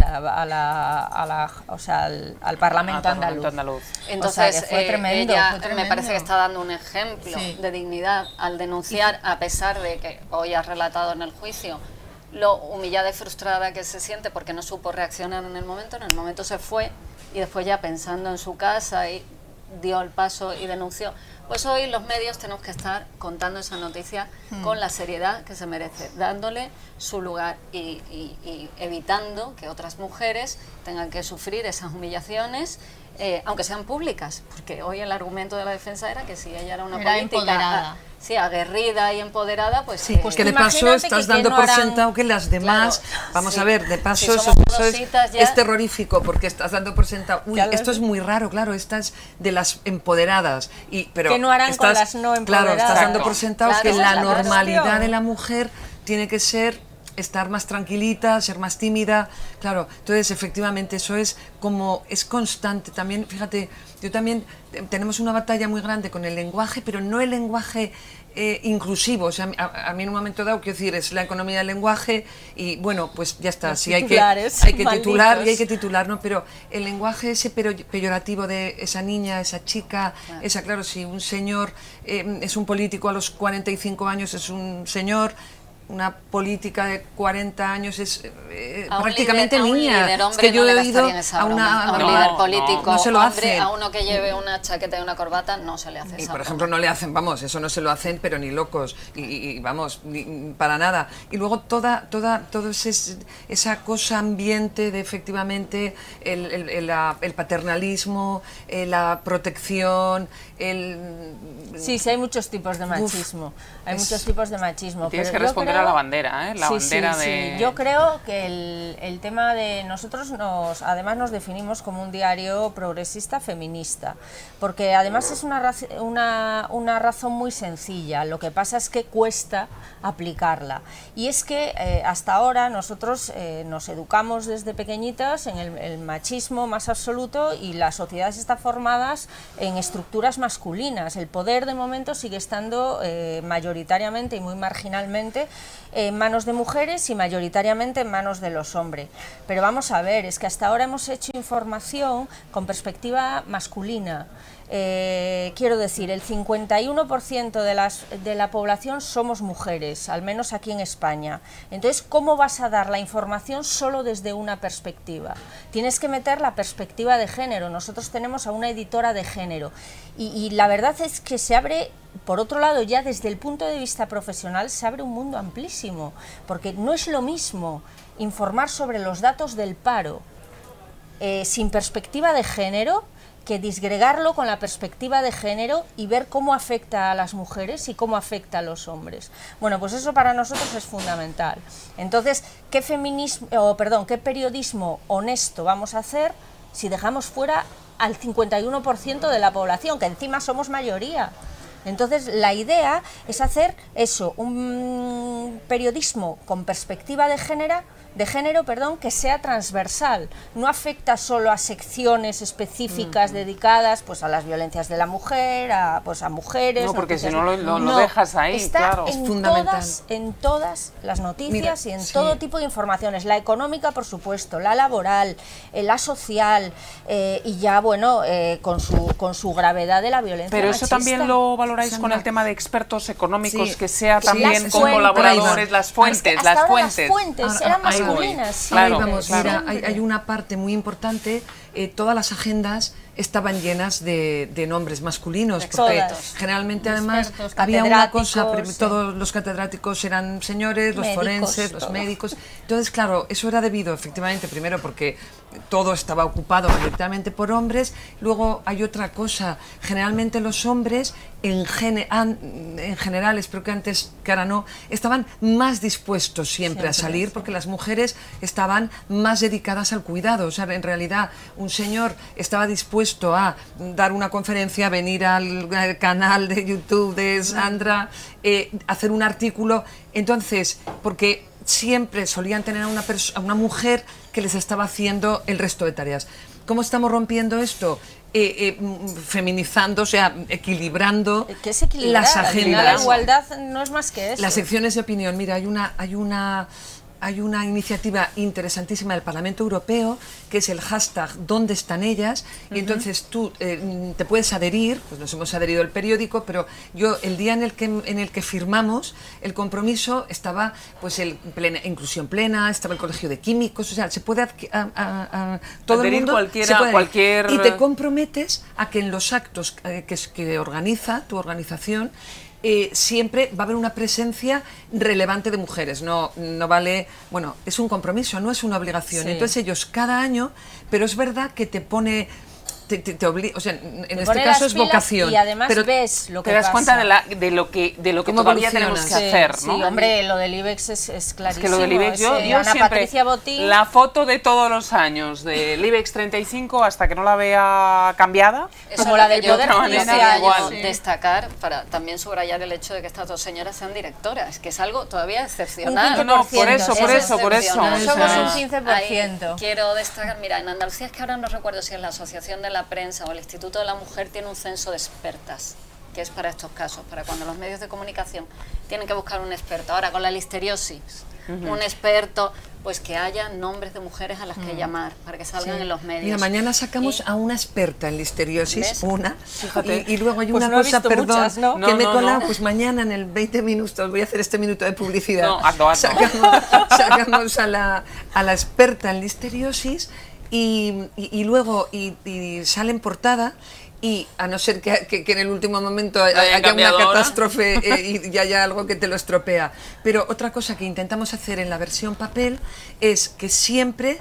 al Parlamento andaluz. Entonces, O sea, que fue tremendo, ella fue tremendo. me parece que está dando un ejemplo de dignidad al denunciar, a pesar de que hoy ha relatado en el juicio lo humillada y frustrada que se siente porque no supo reaccionar en el momento se fue y después ya pensando en su casa y dio el paso y denunció. Pues hoy los medios tenemos que estar contando esa noticia con la seriedad que se merece, dándole su lugar y evitando que otras mujeres tengan que sufrir esas humillaciones, aunque sean públicas, porque hoy el argumento de la defensa era que si ella era una política empoderada. Sí, aguerrida y empoderada, pues... Sí, pues que de paso estás dando por sentado que las demás... Claro, vamos a ver, de paso si eso es terrorífico, porque estás dando por sentado... Uy, esto es muy raro, claro, estas de las empoderadas. Pero ¿qué no harán con las no empoderadas? Claro, estás dando por sentado que esa la es la normalidad cuestión. de la mujer tiene que ser... estar más tranquilita, ser más tímida, claro, entonces efectivamente eso es como, es constante también, fíjate, yo también, tenemos una batalla muy grande con el lenguaje, pero no el lenguaje inclusivo, o sea, a mí en un momento dado, quiero decir, es la economía del lenguaje y bueno, pues ya está, sí hay que titular y hay que titular, ¿no? Pero el lenguaje ese peyorativo de esa niña, esa chica, esa, claro, si un señor es un político a los 45 años es un señor, una política de 40 años es prácticamente niña. Es que yo he oído a un líder político, no se lo hacen. A uno que lleve una chaqueta y una corbata no se le hace y por ejemplo no le hacen, vamos, eso no se lo hacen pero ni locos y vamos, para nada. Y luego todo esa cosa ambiente de efectivamente el paternalismo, la protección, Sí, hay muchos tipos de machismo. Hay muchos tipos de machismo. Tienes que responder a la bandera, ¿eh? La bandera de... Sí. Yo creo que el tema de... Nosotros además nos definimos como un diario progresista feminista, porque además es una razón muy sencilla. Lo que pasa es que cuesta aplicarla. Y es que hasta ahora nosotros nos educamos desde pequeñitas en el machismo más absoluto y las sociedades están formadas en estructuras masculinas. El poder de momento sigue estando mayoritariamente y muy marginalmente en manos de mujeres y mayoritariamente en manos de los hombres. Pero vamos a ver, es que hasta ahora hemos hecho información con masculina. Quiero decir, el 51% de la población somos mujeres, al menos aquí en España. Entonces, ¿cómo vas a dar la información solo desde una perspectiva? Tienes que meter la perspectiva de género. Nosotros tenemos a una editora de género y la verdad es que se abre, por otro lado, ya desde el punto de vista profesional, se abre un mundo amplísimo, porque no es lo mismo informar sobre los datos del paro sin perspectiva de género que disgregarlo con la perspectiva de género y ver cómo afecta a las mujeres y cómo afecta a los hombres. Bueno, pues eso para nosotros es fundamental. Entonces, ¿qué periodismo honesto vamos a hacer si dejamos fuera al 51% de la población, que encima somos mayoría? Entonces, la idea es hacer eso, un periodismo con perspectiva de que sea transversal, no afecta solo a secciones específicas dedicadas pues a las violencias de la mujer, a mujeres. No, porque si no lo dejas ahí, está claro. en es fundamental. en todas las noticias. Mira, y en todo tipo de informaciones, la económica por supuesto, la laboral, la social, y ya bueno, con su gravedad de la violencia Pero machista. eso también lo valoráis con el tema de expertos económicos, Sí. que sea también Las como fuentes. colaboradores, las fuentes, Hasta las ahora fuentes. Las fuentes eran ahí voy. masculinas. Claro, Ahí vamos, claro. mira, hay una parte muy importante, todas las agendas estaban llenas de nombres masculinos, porque Todas. generalmente además Expertos, había una cosa, catedráticos, todos los catedráticos eran señores, los Médicos, forenses, los todo. médicos, entonces claro, eso era debido efectivamente, primero porque todo estaba ocupado mayoritariamente por hombres, luego hay otra cosa, generalmente los hombres en general, espero que antes, que ahora no, estaban más dispuestos siempre a salir, porque las mujeres estaban más dedicadas al cuidado, o sea, en realidad un señor estaba dispuesto a dar una conferencia, venir al canal de YouTube de Sandra, hacer un artículo, entonces, porque siempre solían tener a una mujer que les estaba haciendo el resto de tareas. ¿Cómo estamos rompiendo esto? Feminizando, o sea, equilibrando ¿Qué es equilibrar? las Al final, agendas. la igualdad no es más que eso. Las secciones de opinión. Mira, hay una iniciativa interesantísima del Parlamento Europeo, que es el hashtag ¿Dónde están ellas? Y entonces tú te puedes adherir, pues nos hemos adherido al periódico, pero yo el día en el que firmamos el compromiso estaba pues inclusión plena, estaba el Colegio de Químicos, o sea, se puede todo el Adherir mundo cualquiera, se puede cualquier... y te comprometes a que en los actos que organiza tu organización siempre va a haber una presencia relevante de mujeres, no vale, bueno, es un compromiso, no es una obligación. Sí. Entonces ellos cada año, pero es verdad que te pone, te obliga, o sea, en este pone caso las es pilas vocación. y además pero ves lo que Te das pasa. cuenta de lo que Cómo todavía evoluciona. tenemos que Sí, hacer, sí, ¿no? hombre, lo del IBEX es Es clarísimo. que lo del IBEX, yo Ana siempre, Patricia Botín, la foto de todos los años del IBEX 35 hasta que no la vea cambiada, Eso Como es la lo que del yo Poder quería Judicial, yo sí. destacar para también subrayar el hecho de que estas dos señoras sean directoras, que es algo todavía un excepcional. 15%. No, por eso, excepcional. Somos un Eso es. 15%. Ahí quiero destacar, mira, en Andalucía es que ahora no recuerdo si es la Asociación de la Prensa o el Instituto de la Mujer tiene un censo de expertas, que es para estos casos, para cuando los medios de comunicación tienen que buscar un experto. Ahora con la listeriosis, un experto, pues que haya nombres de mujeres a las que llamar, para que salgan en los medios. Mira, mañana sacamos Y- a una experta en listeriosis, ¿Ves? una, Fíjate. y luego hay Pues una no he cosa, visto perdón, muchas, ¿no? que me he No, colado, no. pues mañana en el 20 minutos, voy a hacer este minuto de publicidad, No, hazlo. sacamos a la experta en listeriosis y luego sale en portada. Y a no ser que en el último momento haya una cambiado ahora. catástrofe y haya algo que te lo estropea. Pero otra cosa que intentamos hacer en la versión papel es que siempre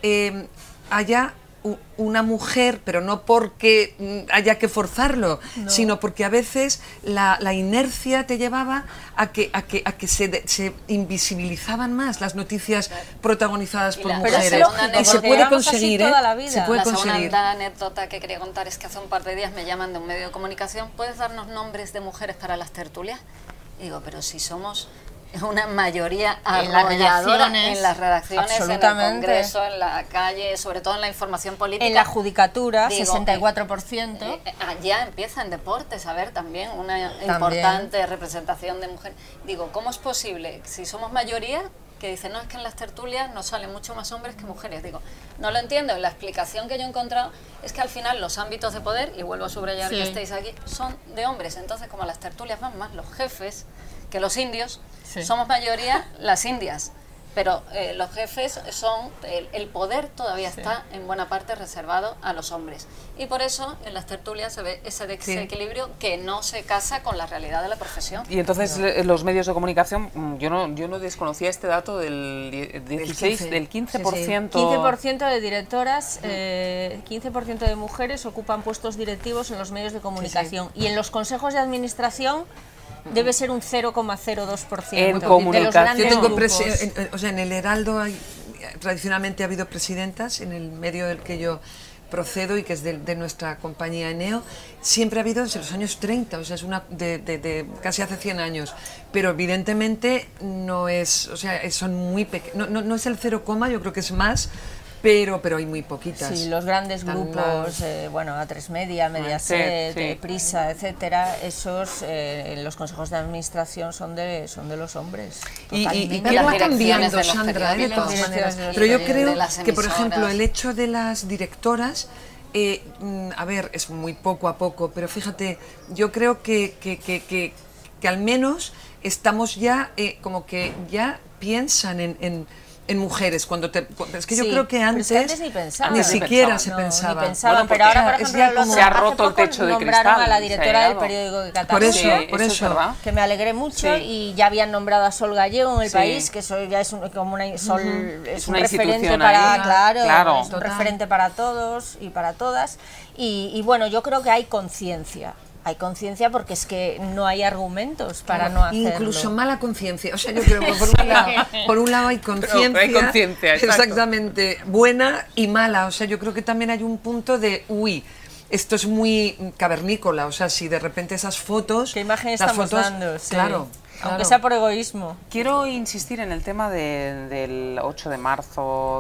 haya una mujer, pero no porque haya que forzarlo, sino porque a veces la inercia te llevaba a que se invisibilizaban más las noticias protagonizadas Y por la- Pero es mujeres. lógico, Y se porque puede llevamos así conseguir, toda la vida. se puede La conseguir. segunda anécdota que quería contar es que hace un par de días me llaman de un medio de comunicación, ¿puedes darnos nombres de mujeres para las tertulias? Y digo, pero si somos una mayoría En las arrolladora redacciones, en las redacciones, en el absolutamente. Congreso, en la calle, sobre todo en la información política. En la judicatura, Digo, 64%. Allá empieza en deportes a ver también una importante representación de mujeres. Digo, ¿cómo es posible? Si somos mayoría, que dicen, no, es que en las tertulias nos salen mucho más hombres que mujeres. Digo, no lo entiendo. Y la explicación que yo he encontrado es que al final los ámbitos de poder, y vuelvo a subrayar Sí. que estéis aquí, son de hombres. Entonces, como a las tertulias van más los jefes que los indios, Sí. somos mayoría las indias. Pero los jefes son, el poder todavía está en buena parte reservado a los hombres. Y por eso en las tertulias se ve ese desequilibrio que no se casa con la realidad de la profesión. Y entonces los medios de comunicación, yo no desconocía este dato del 16, del 15%. 15% de directoras, 15% de mujeres ocupan puestos directivos en los medios de comunicación. Y en los consejos de administración debe ser un 0,02%. En de los comunicación. grandes Yo tengo grupos. o sea, en el Heraldo tradicionalmente ha habido presidentas, en el medio del que yo procedo y que es de nuestra compañía Eneo, siempre ha habido desde los años 30, o sea, es una de casi hace 100 años, pero evidentemente no es, o sea, son muy pequeños, no es el 0, yo creo que es más, pero hay muy poquitas. Sí, los grandes grupos, bueno, A3 Media, Mediaset, Prisa, etcétera, esos en los consejos de administración son de los hombres. Y que va cambiando, Sandra, de todas maneras. Pero yo creo que, por ejemplo, el hecho de las directoras, a ver, es muy poco a poco, pero fíjate, yo creo que al menos estamos ya, como que ya piensan en mujeres, es que yo creo que antes ni siquiera se pensaba. Bueno, pero ahora, por ejemplo, se ha roto el techo de cristal. Nombraron a la directora del periódico de Cataluña, por eso, que me alegré mucho, y ya habían nombrado a Sol Gallego en El País, que eso ya es como una, es un referente para, es un referente para todos y para todas, y bueno, yo creo que hay conciencia. Hay conciencia porque es que no hay argumentos para no hacerlo. Incluso mala conciencia. O sea, yo creo que por un lado hay conciencia. Hay conciencia, exactamente, buena y mala. O sea, yo creo que también hay un punto de, esto es muy cavernícola. O sea, si de repente esas fotos... ¿Qué imagen estamos dando? Sí. Claro. Aunque sea por egoísmo. Quiero insistir en el tema del 8 de marzo,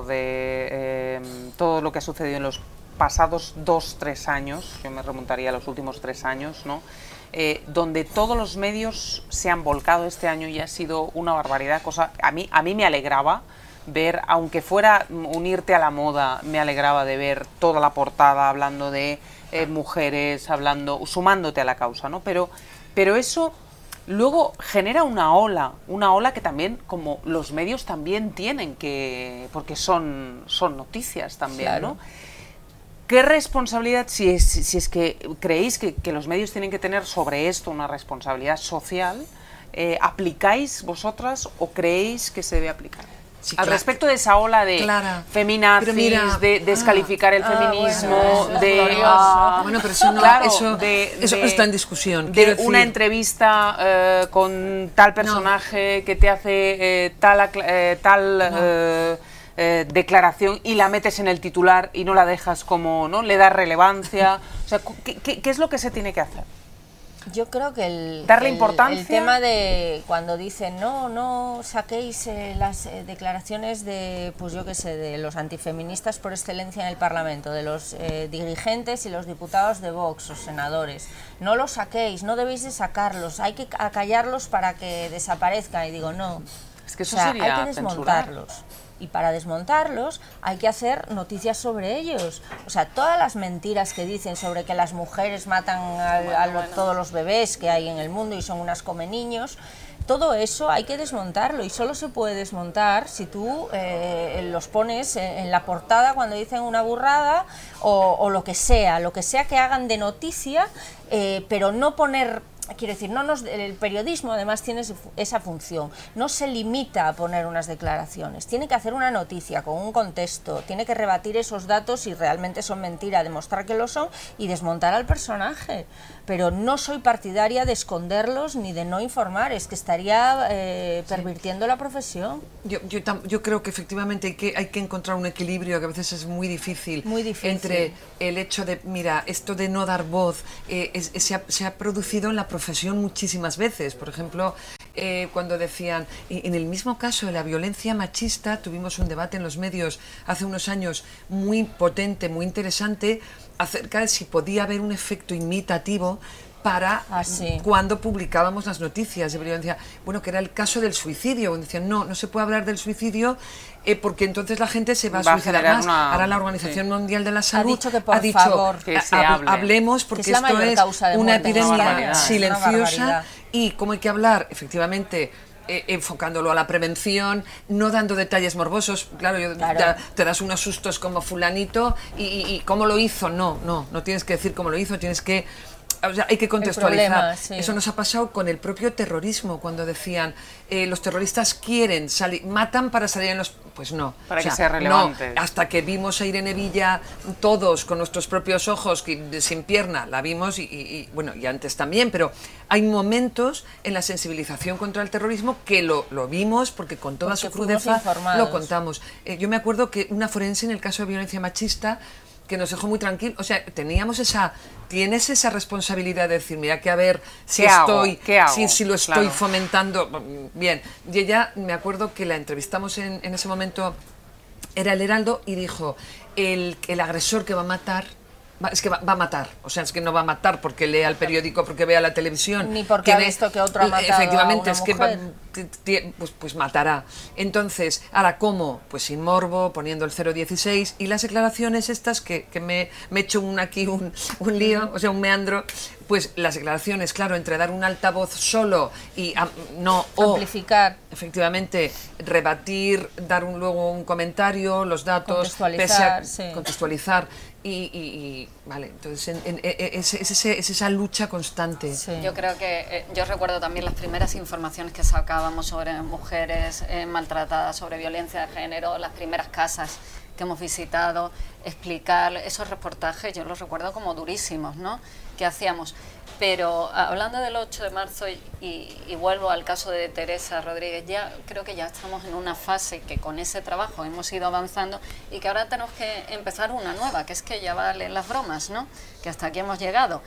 de todo lo que ha sucedido en los pasados 2-3 años, yo me remontaría a los últimos 3 años, ¿no? Donde todos los medios se han volcado este año y ha sido una barbaridad, cosa a mí me alegraba ver, aunque fuera unirte a la moda, me alegraba de ver toda la portada hablando de mujeres, sumándote a la causa, ¿no? Pero eso luego genera una ola que también, como los medios también tienen que, porque son noticias también, claro, ¿no? ¿Qué responsabilidad, si es que creéis que los medios tienen que tener sobre esto una responsabilidad social, aplicáis vosotras o creéis que se debe aplicar? Sí, al respecto de esa ola de feminazis, de descalificar el feminismo, bueno, pero eso no, eso está en discusión. De una entrevista con tal personaje que te hace tal declaración y la metes en el titular y no la dejas como, ¿no? Le das relevancia. O sea, ¿qué es lo que se tiene que hacer? Yo creo que darle importancia. El tema de cuando dicen no saquéis las declaraciones de, pues yo qué sé, de los antifeministas por excelencia en el Parlamento, de los dirigentes y los diputados de Vox o senadores, no los saquéis, no debéis de sacarlos, hay que acallarlos para que desaparezcan. Y digo, no, es que eso sería hay que desmontarlos. Y para desmontarlos hay que hacer noticias sobre ellos. O sea, todas las mentiras que dicen sobre que las mujeres matan a todos los bebés que hay en el mundo y son unas come niños, todo eso hay que desmontarlo, y solo se puede desmontar si tú los pones en la portada cuando dicen una burrada o lo que sea que hagan de noticia, pero no poner... Quiero decir, el periodismo además tiene esa función, no se limita a poner unas declaraciones, tiene que hacer una noticia con un contexto, tiene que rebatir esos datos si realmente son mentira, demostrar que lo son y desmontar al personaje. Pero no soy partidaria de esconderlos ni de no informar, es que estaría pervirtiendo la profesión. Yo creo que efectivamente hay que encontrar un equilibrio que a veces es muy difícil. Entre el hecho de, mira, esto de no dar voz se ha producido en la profesión muchísimas veces. Por ejemplo, cuando decían, en el mismo caso de la violencia machista, tuvimos un debate en los medios hace unos años muy potente, muy interesante, acerca de si podía haber un efecto imitativo para cuando publicábamos las noticias de violencia. Bueno, que era el caso del suicidio, donde decían, no se puede hablar del suicidio porque entonces la gente se va a suicidar más. Ahora la Organización Mundial de la Salud ha dicho favor, que se hable. Hablemos, porque esto es una epidemia silenciosa, y cómo hay que hablar, efectivamente, enfocándolo a la prevención, no dando detalles morbosos. Claro, te das unos sustos como fulanito y cómo lo hizo. No tienes que decir cómo lo hizo, tienes que... O sea, hay que contextualizar. Eso nos ha pasado con el propio terrorismo, cuando decían los terroristas quieren salir, matan para salir en los... Pues no. Para que sea relevante. No, hasta que vimos a Irene Villa todos con nuestros propios ojos, sin pierna, la vimos bueno, y antes también, pero hay momentos en la sensibilización contra el terrorismo que lo vimos porque con toda su crudeza lo contamos. Yo me acuerdo que una forense en el caso de violencia machista que nos dejó muy tranquilos. O sea, tienes esa responsabilidad de decir, mira, que a ver si si lo estoy fomentando. Bien, y ella, me acuerdo que la entrevistamos en ese momento, era el Heraldo, y dijo, el agresor que va a matar, es que va a matar, o sea, es que no va a matar porque lea el periódico, porque vea la televisión. Ni porque ha visto que otro ha matado efectivamente, a una mujer. Pues matará. Entonces, ahora, ¿cómo? Pues sin morbo, poniendo el 016, y las declaraciones estas que me he hecho aquí un lío, o sea, un meandro. Pues las declaraciones, claro, entre dar un altavoz solo y amplificar. Efectivamente, rebatir, dar luego un comentario, los datos, contextualizar. Vale, entonces es esa lucha constante. Sí. Yo creo que, yo recuerdo también las primeras informaciones que sacábamos sobre mujeres maltratadas, sobre violencia de género, las primeras casas que hemos visitado, explicar esos reportajes, yo los recuerdo como durísimos, ¿no?, que hacíamos. Pero hablando del 8 de marzo y vuelvo al caso de Teresa Rodríguez, ya creo que ya estamos en una fase que con ese trabajo hemos ido avanzando y que ahora tenemos que empezar una nueva, que es que ya valen las bromas, ¿no?, que hasta aquí hemos llegado.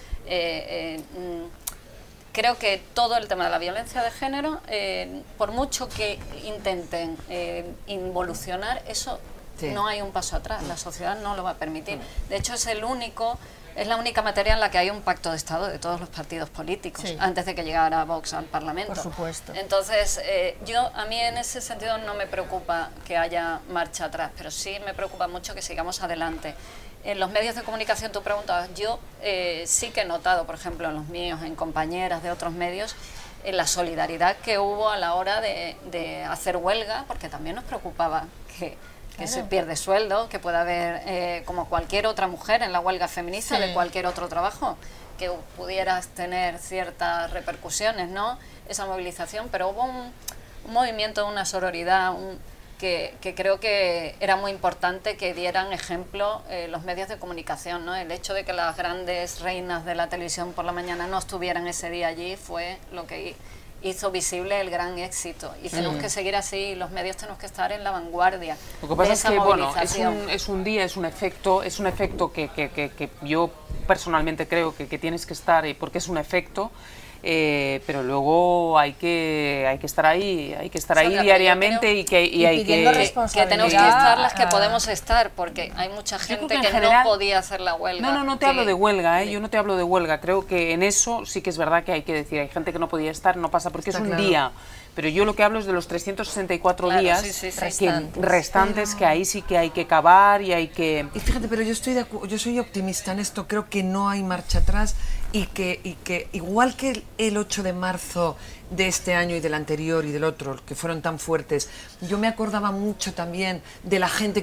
Creo que todo el tema de la violencia de género, por mucho que intenten involucionar, eso no hay un paso atrás, la sociedad no lo va a permitir. De hecho, es la única materia en la que hay un pacto de Estado de todos los partidos políticos, antes de que llegara Vox al Parlamento. Por supuesto. Entonces, a mí en ese sentido no me preocupa que haya marcha atrás, pero sí me preocupa mucho que sigamos adelante. En los medios de comunicación, tú preguntabas, yo sí que he notado, por ejemplo, en los míos, en compañeras de otros medios, la solidaridad que hubo a la hora de hacer huelga, porque también nos preocupaba que se pierde sueldo, que pueda haber, como cualquier otra mujer en la huelga feminista, de cualquier otro trabajo, que pudieras tener ciertas repercusiones, ¿no?, esa movilización, pero hubo un movimiento, una sororidad, que creo que era muy importante que dieran ejemplo los medios de comunicación, ¿no? El hecho de que las grandes reinas de la televisión por la mañana no estuvieran ese día allí fue lo que hizo visible el gran éxito, y tenemos que seguir así, los medios tenemos que estar en la vanguardia. Lo que pasa es que, bueno, es un día, es un efecto que yo personalmente creo que tienes que estar, porque es un efecto, pero luego hay que estar ahí, diariamente, y hay que tenemos que estar las que podemos estar, porque hay mucha gente que no podía hacer la huelga. No te hablo de huelga, yo no te hablo de huelga, creo que en eso sí que es verdad que hay que decir, hay gente que no podía estar, no pasa porque es un día, pero yo lo que hablo es de los 364 días restantes, que ahí sí que hay que cavar y hay que... Y fíjate, pero yo soy optimista en esto, creo que no hay marcha atrás, y que igual que el 8 de marzo de este año y del anterior y del otro, que fueron tan fuertes, yo me acordaba mucho también de la gente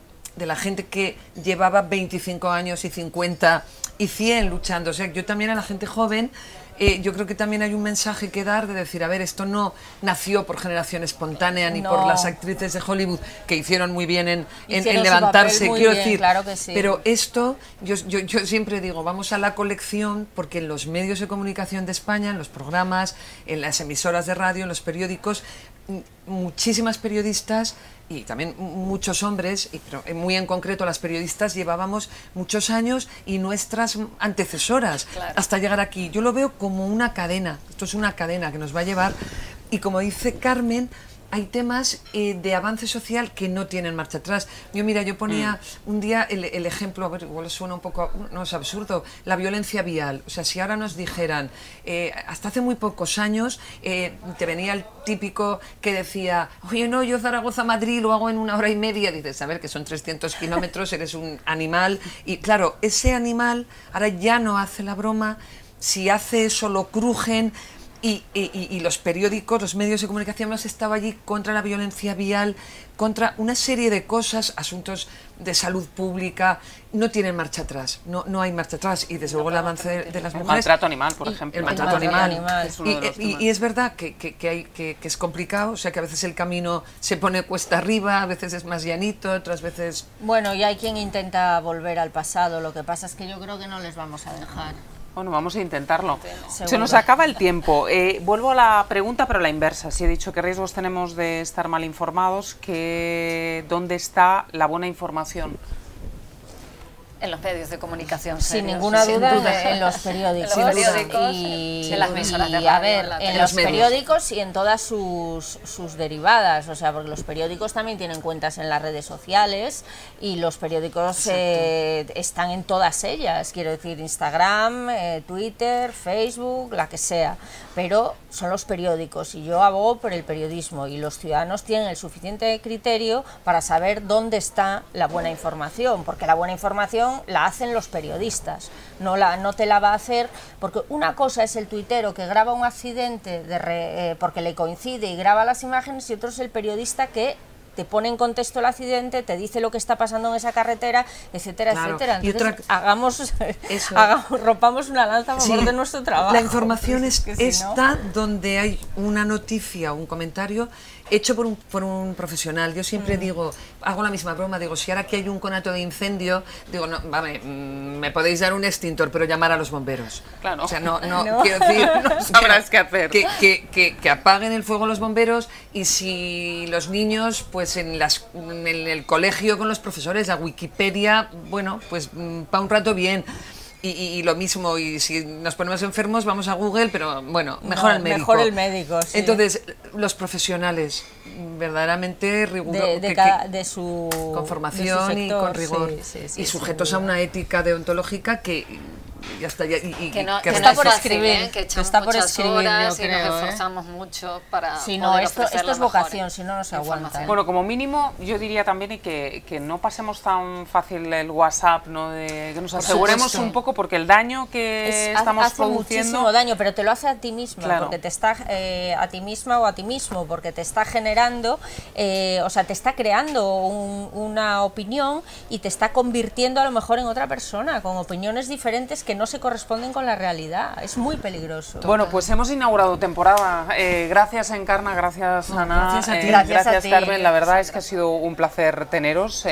que llevaba 25 años y 50 y 100 luchando. O sea, yo también a la gente joven, yo creo que también hay un mensaje que dar de decir, a ver, esto no nació por generación espontánea ni por las actrices de Hollywood, que hicieron muy bien en levantarse, quiero decir, claro que sí. Pero esto, yo siempre digo, vamos a la colección, porque en los medios de comunicación de España, en los programas, en las emisoras de radio, en los periódicos, muchísimas periodistas y también muchos hombres, pero muy en concreto las periodistas, llevábamos muchos años y nuestras antecesoras hasta llegar aquí. Yo lo veo como una cadena, esto es una cadena que nos va a llevar, y como dice Carmen, hay temas de avance social que no tienen marcha atrás. Yo ponía un día el ejemplo, a ver, igual suena un poco, no es absurdo, la violencia vial. O sea, si ahora nos dijeran, hasta hace muy pocos años, te venía el típico que decía, oye, no, yo Zaragoza-Madrid lo hago en 1 hora y media. Dices, a ver, que son 300 kilómetros, eres un animal. Y claro, ese animal ahora ya no hace la broma, si hace eso lo crujen. Y los periódicos, los medios de comunicación hemos estado allí contra la violencia vial, contra una serie de cosas, asuntos de salud pública, no tienen marcha atrás, no hay marcha atrás, y desde luego el avance de las mujeres... El maltrato animal, por ejemplo. El maltrato animal. Es uno de los temas. Y es verdad que es complicado, o sea que a veces el camino se pone cuesta arriba, a veces es más llanito, otras veces... Bueno, y hay quien intenta volver al pasado, lo que pasa es que yo creo que no les vamos a dejar. Bueno, vamos a intentarlo. Seguro. Se nos acaba el tiempo. Vuelvo a la pregunta, pero la inversa. Si he dicho qué riesgos tenemos de estar mal informados, ¿dónde está la buena información? En los medios de comunicación sin serios, ninguna sin duda, en los periódicos. En los periódicos, y en las emisoras de y, a radio, ver, la en tele. los periódicos y en todas sus derivadas, o sea, porque los periódicos también tienen cuentas en las redes sociales y los periódicos están en todas ellas, quiero decir, Instagram, Twitter, Facebook, la que sea, pero son los periódicos y yo abogo por el periodismo y los ciudadanos tienen el suficiente criterio para saber dónde está la buena información, porque la buena información la hacen los periodistas, no te la va a hacer, porque una cosa es el tuitero que graba un accidente porque le coincide y graba las imágenes, y otro es el periodista que te pone en contexto el accidente, te dice lo que está pasando en esa carretera, etcétera, etcétera. Entonces, rompamos una lanza a favor de nuestro trabajo. La información está donde hay una noticia o un comentario hecho por un profesional. Yo siempre digo, hago la misma broma, digo, si ahora que hay un conato de incendio, digo, no, vale, me podéis dar un extintor, pero llamar a los bomberos. Claro. O sea, no. Quiero decir, no sabrás qué hacer. Que apaguen el fuego los bomberos, y si los niños, pues en el colegio con los profesores, la Wikipedia, bueno, pues para un rato bien. Y lo mismo, y si nos ponemos enfermos vamos a Google, pero bueno, mejor el médico. Mejor el médico, sí. Entonces, los profesionales, verdaderamente rigurosos, con formación y con rigor, y sujetos a una ética deontológica que ya está, que está por escribir, que echamos está por muchas escribir, horas yo y creo, nos esforzamos mucho para si no, poder esto ofrecer la es vocación, si no, no se aguanta. Bueno, como mínimo, yo diría también que no pasemos tan fácil el WhatsApp, ¿no? Que nos aseguremos un poco, porque el daño que estamos hace produciendo... muchísimo daño, pero te lo hace a ti misma, claro, porque te está a ti misma o a ti mismo, porque te está generando, o sea, te está creando una opinión y te está convirtiendo a lo mejor en otra persona, con opiniones diferentes que no se corresponden con la realidad. Es muy peligroso. Bueno, pues hemos inaugurado temporada. Gracias, Encarna, gracias, Ana. Gracias a ti. Gracias a ti. Carmen. La verdad es que ha sido un placer teneros.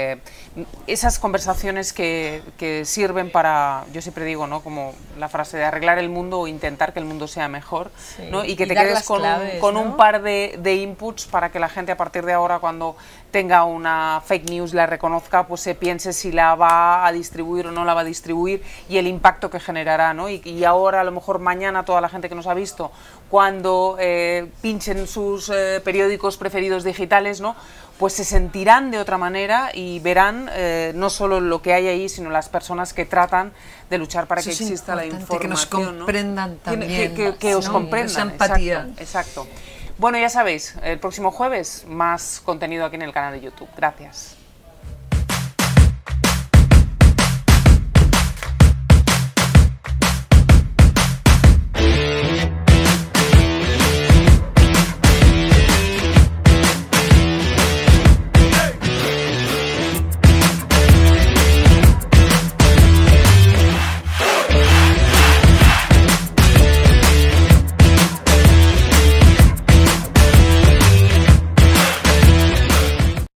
Esas conversaciones que sirven para, yo siempre digo, ¿no? Como la frase de arreglar el mundo o intentar que el mundo sea mejor, sí, ¿no? Y que te dar quedes las con claves, ¿no? ¿no? un par de inputs para que la gente a partir de ahora, cuando tenga una fake news, la reconozca, pues se piense si la va a distribuir o no la va a distribuir, y el impacto que generará, ¿no? Y ahora, a lo mejor mañana, toda la gente que nos ha visto, cuando pinchen sus periódicos preferidos digitales, ¿no? Pues se sentirán de otra manera y verán no solo lo que hay ahí, sino las personas que tratan de luchar para que exista la información, que nos comprendan, ¿no? También, que os comprendan, esa empatía. Exacto. Bueno, ya sabéis, el próximo jueves más contenido aquí en el canal de YouTube. Gracias.